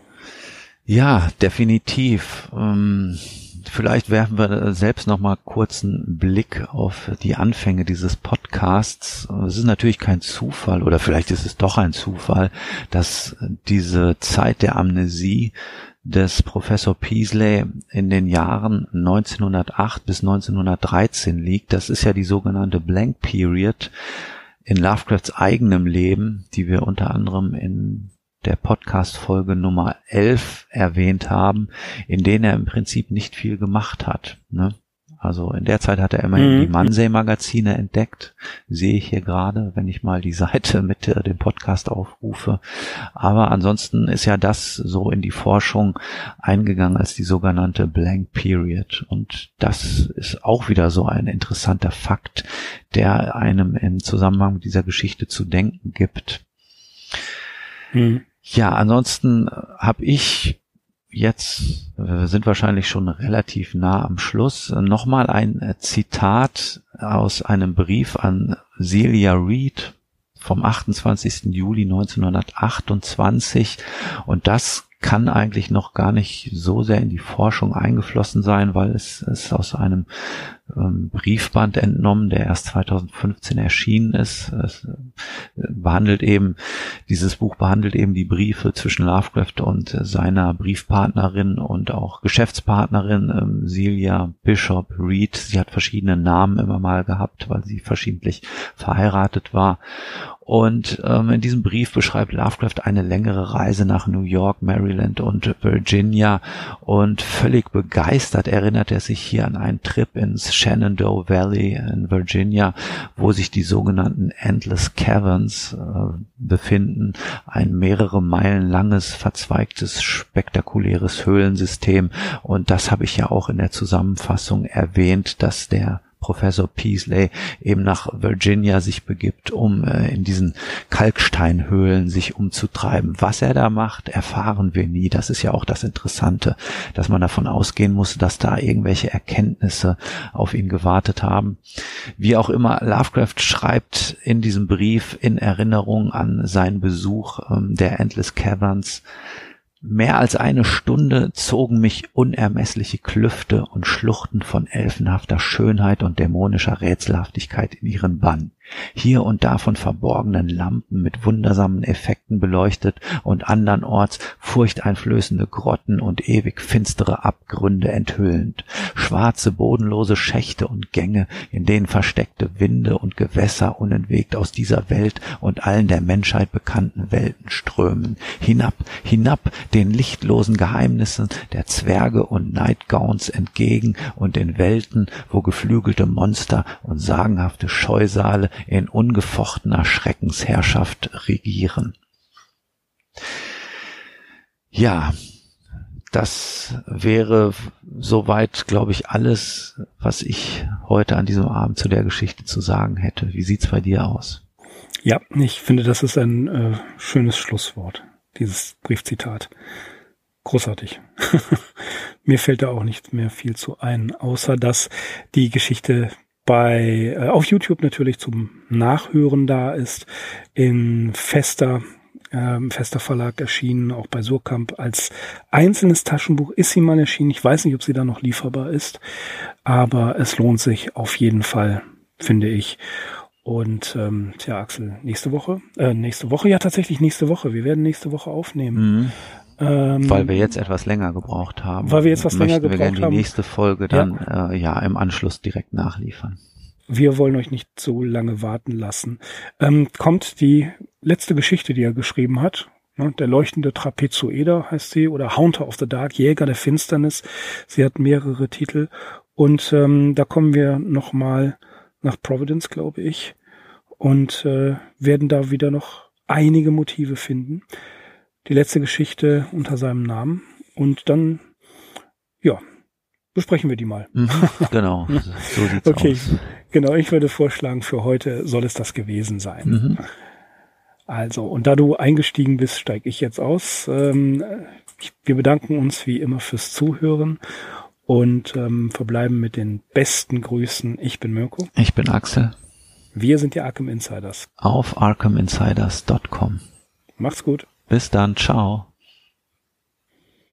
Ja, definitiv. Ähm, vielleicht werfen wir selbst noch mal kurz einen Blick auf die Anfänge dieses Podcasts. Es ist natürlich kein Zufall, oder vielleicht ist es doch ein Zufall, dass diese Zeit der Amnesie des Professor Peasley in den Jahren neunzehnhundertacht bis neunzehnhundertdreizehn liegt. Das ist ja die sogenannte Blank Period in Lovecrafts eigenem Leben, die wir unter anderem in der Podcast-Folge Nummer elf erwähnt haben, in denen er im Prinzip nicht viel gemacht hat, ne? Also in der Zeit hat er immerhin mhm. die Mansey-Magazine entdeckt, sehe ich hier gerade, wenn ich mal die Seite mit äh, dem Podcast aufrufe. Aber ansonsten ist ja das so in die Forschung eingegangen als die sogenannte Blank Period. Und das ist auch wieder so ein interessanter Fakt, der einem im Zusammenhang mit dieser Geschichte zu denken gibt. Mhm. Ja, ansonsten habe ich jetzt, wir sind wahrscheinlich schon relativ nah am Schluss, nochmal ein Zitat aus einem Brief an Celia Reid vom achtundzwanzigsten Juli neunzehnhundertachtundzwanzig, und das kann eigentlich noch gar nicht so sehr in die Forschung eingeflossen sein, weil es ist aus einem ähm, Briefband entnommen, der erst zweitausendfünfzehn erschienen ist. Es äh, behandelt eben, dieses Buch behandelt eben die Briefe zwischen Lovecraft und äh, seiner Briefpartnerin und auch Geschäftspartnerin ähm, Celia Bishop Reid. Sie hat verschiedene Namen immer mal gehabt, weil sie verschiedentlich verheiratet war. Und ähm, in diesem Brief beschreibt Lovecraft eine längere Reise nach New York, Maryland und Virginia, und völlig begeistert erinnert er sich hier an einen Trip ins Shenandoah Valley in Virginia, wo sich die sogenannten Endless Caverns äh, befinden, ein mehrere Meilen langes, verzweigtes, spektakuläres Höhlensystem. Und das habe ich ja auch in der Zusammenfassung erwähnt, dass der Professor Peasley eben nach Virginia sich begibt, um äh, in diesen Kalksteinhöhlen sich umzutreiben. Was er da macht, erfahren wir nie. Das ist ja auch das Interessante, dass man davon ausgehen muss, dass da irgendwelche Erkenntnisse auf ihn gewartet haben. Wie auch immer, Lovecraft schreibt in diesem Brief in Erinnerung an seinen Besuch ähm, der Endless Caverns: Mehr als eine Stunde zogen mich unermessliche Klüfte und Schluchten von elfenhafter Schönheit und dämonischer Rätselhaftigkeit in ihren Bann. Hier und da von verborgenen Lampen mit wundersamen Effekten beleuchtet und andernorts furchteinflößende Grotten und ewig finstere Abgründe enthüllend. Schwarze, bodenlose Schächte und Gänge, in denen versteckte Winde und Gewässer unentwegt aus dieser Welt und allen der Menschheit bekannten Welten strömen. Hinab, hinab den lichtlosen Geheimnissen der Zwerge und Nightgowns entgegen und in Welten, wo geflügelte Monster und sagenhafte Scheusale in ungefochtener Schreckensherrschaft regieren. Ja, das wäre soweit, glaube ich, alles, was ich heute an diesem Abend zu der Geschichte zu sagen hätte. Wie sieht's bei dir aus?
Ja, ich finde, das ist ein äh, schönes Schlusswort, dieses Briefzitat. Großartig. Mir fällt da auch nicht mehr viel zu ein, außer dass die Geschichte bei äh, auf YouTube natürlich zum Nachhören da ist, in fester ähm, fester Verlag erschienen, auch bei Surkamp als einzelnes Taschenbuch ist sie mal erschienen. Ich weiß nicht, ob sie da noch lieferbar ist, aber es lohnt sich auf jeden Fall, finde ich. Und ähm, tja, Axel, nächste Woche, äh, nächste Woche, ja tatsächlich nächste Woche. Wir werden nächste Woche aufnehmen. Mhm.
Ähm, weil wir jetzt etwas länger gebraucht haben.
Weil wir jetzt was länger gebraucht haben.
Wir werden die nächste Folge dann ja. Äh, ja im Anschluss direkt nachliefern.
Wir wollen euch nicht so lange warten lassen. Ähm, kommt die letzte Geschichte, die er geschrieben hat. Ne, der leuchtende Trapezoeder heißt sie, oder Haunter of the Dark, Jäger der Finsternis. Sie hat mehrere Titel. Und ähm, da kommen wir nochmal nach Providence, glaube ich, und äh, werden da wieder noch einige Motive finden. Die letzte Geschichte unter seinem Namen. Und dann, ja, besprechen wir die mal.
Mhm, genau, so sieht's
okay,
aus.
Genau, ich würde vorschlagen, für heute soll es das gewesen sein.
Mhm.
Also, und da du eingestiegen bist, steige ich jetzt aus. Ähm, ich, wir bedanken uns wie immer fürs Zuhören und ähm, verbleiben mit den besten Grüßen. Ich bin Mirko.
Ich bin Axel.
Wir sind die Arkham Insiders.
Auf arkham insiders dot com.
Macht's gut.
Bis dann, ciao.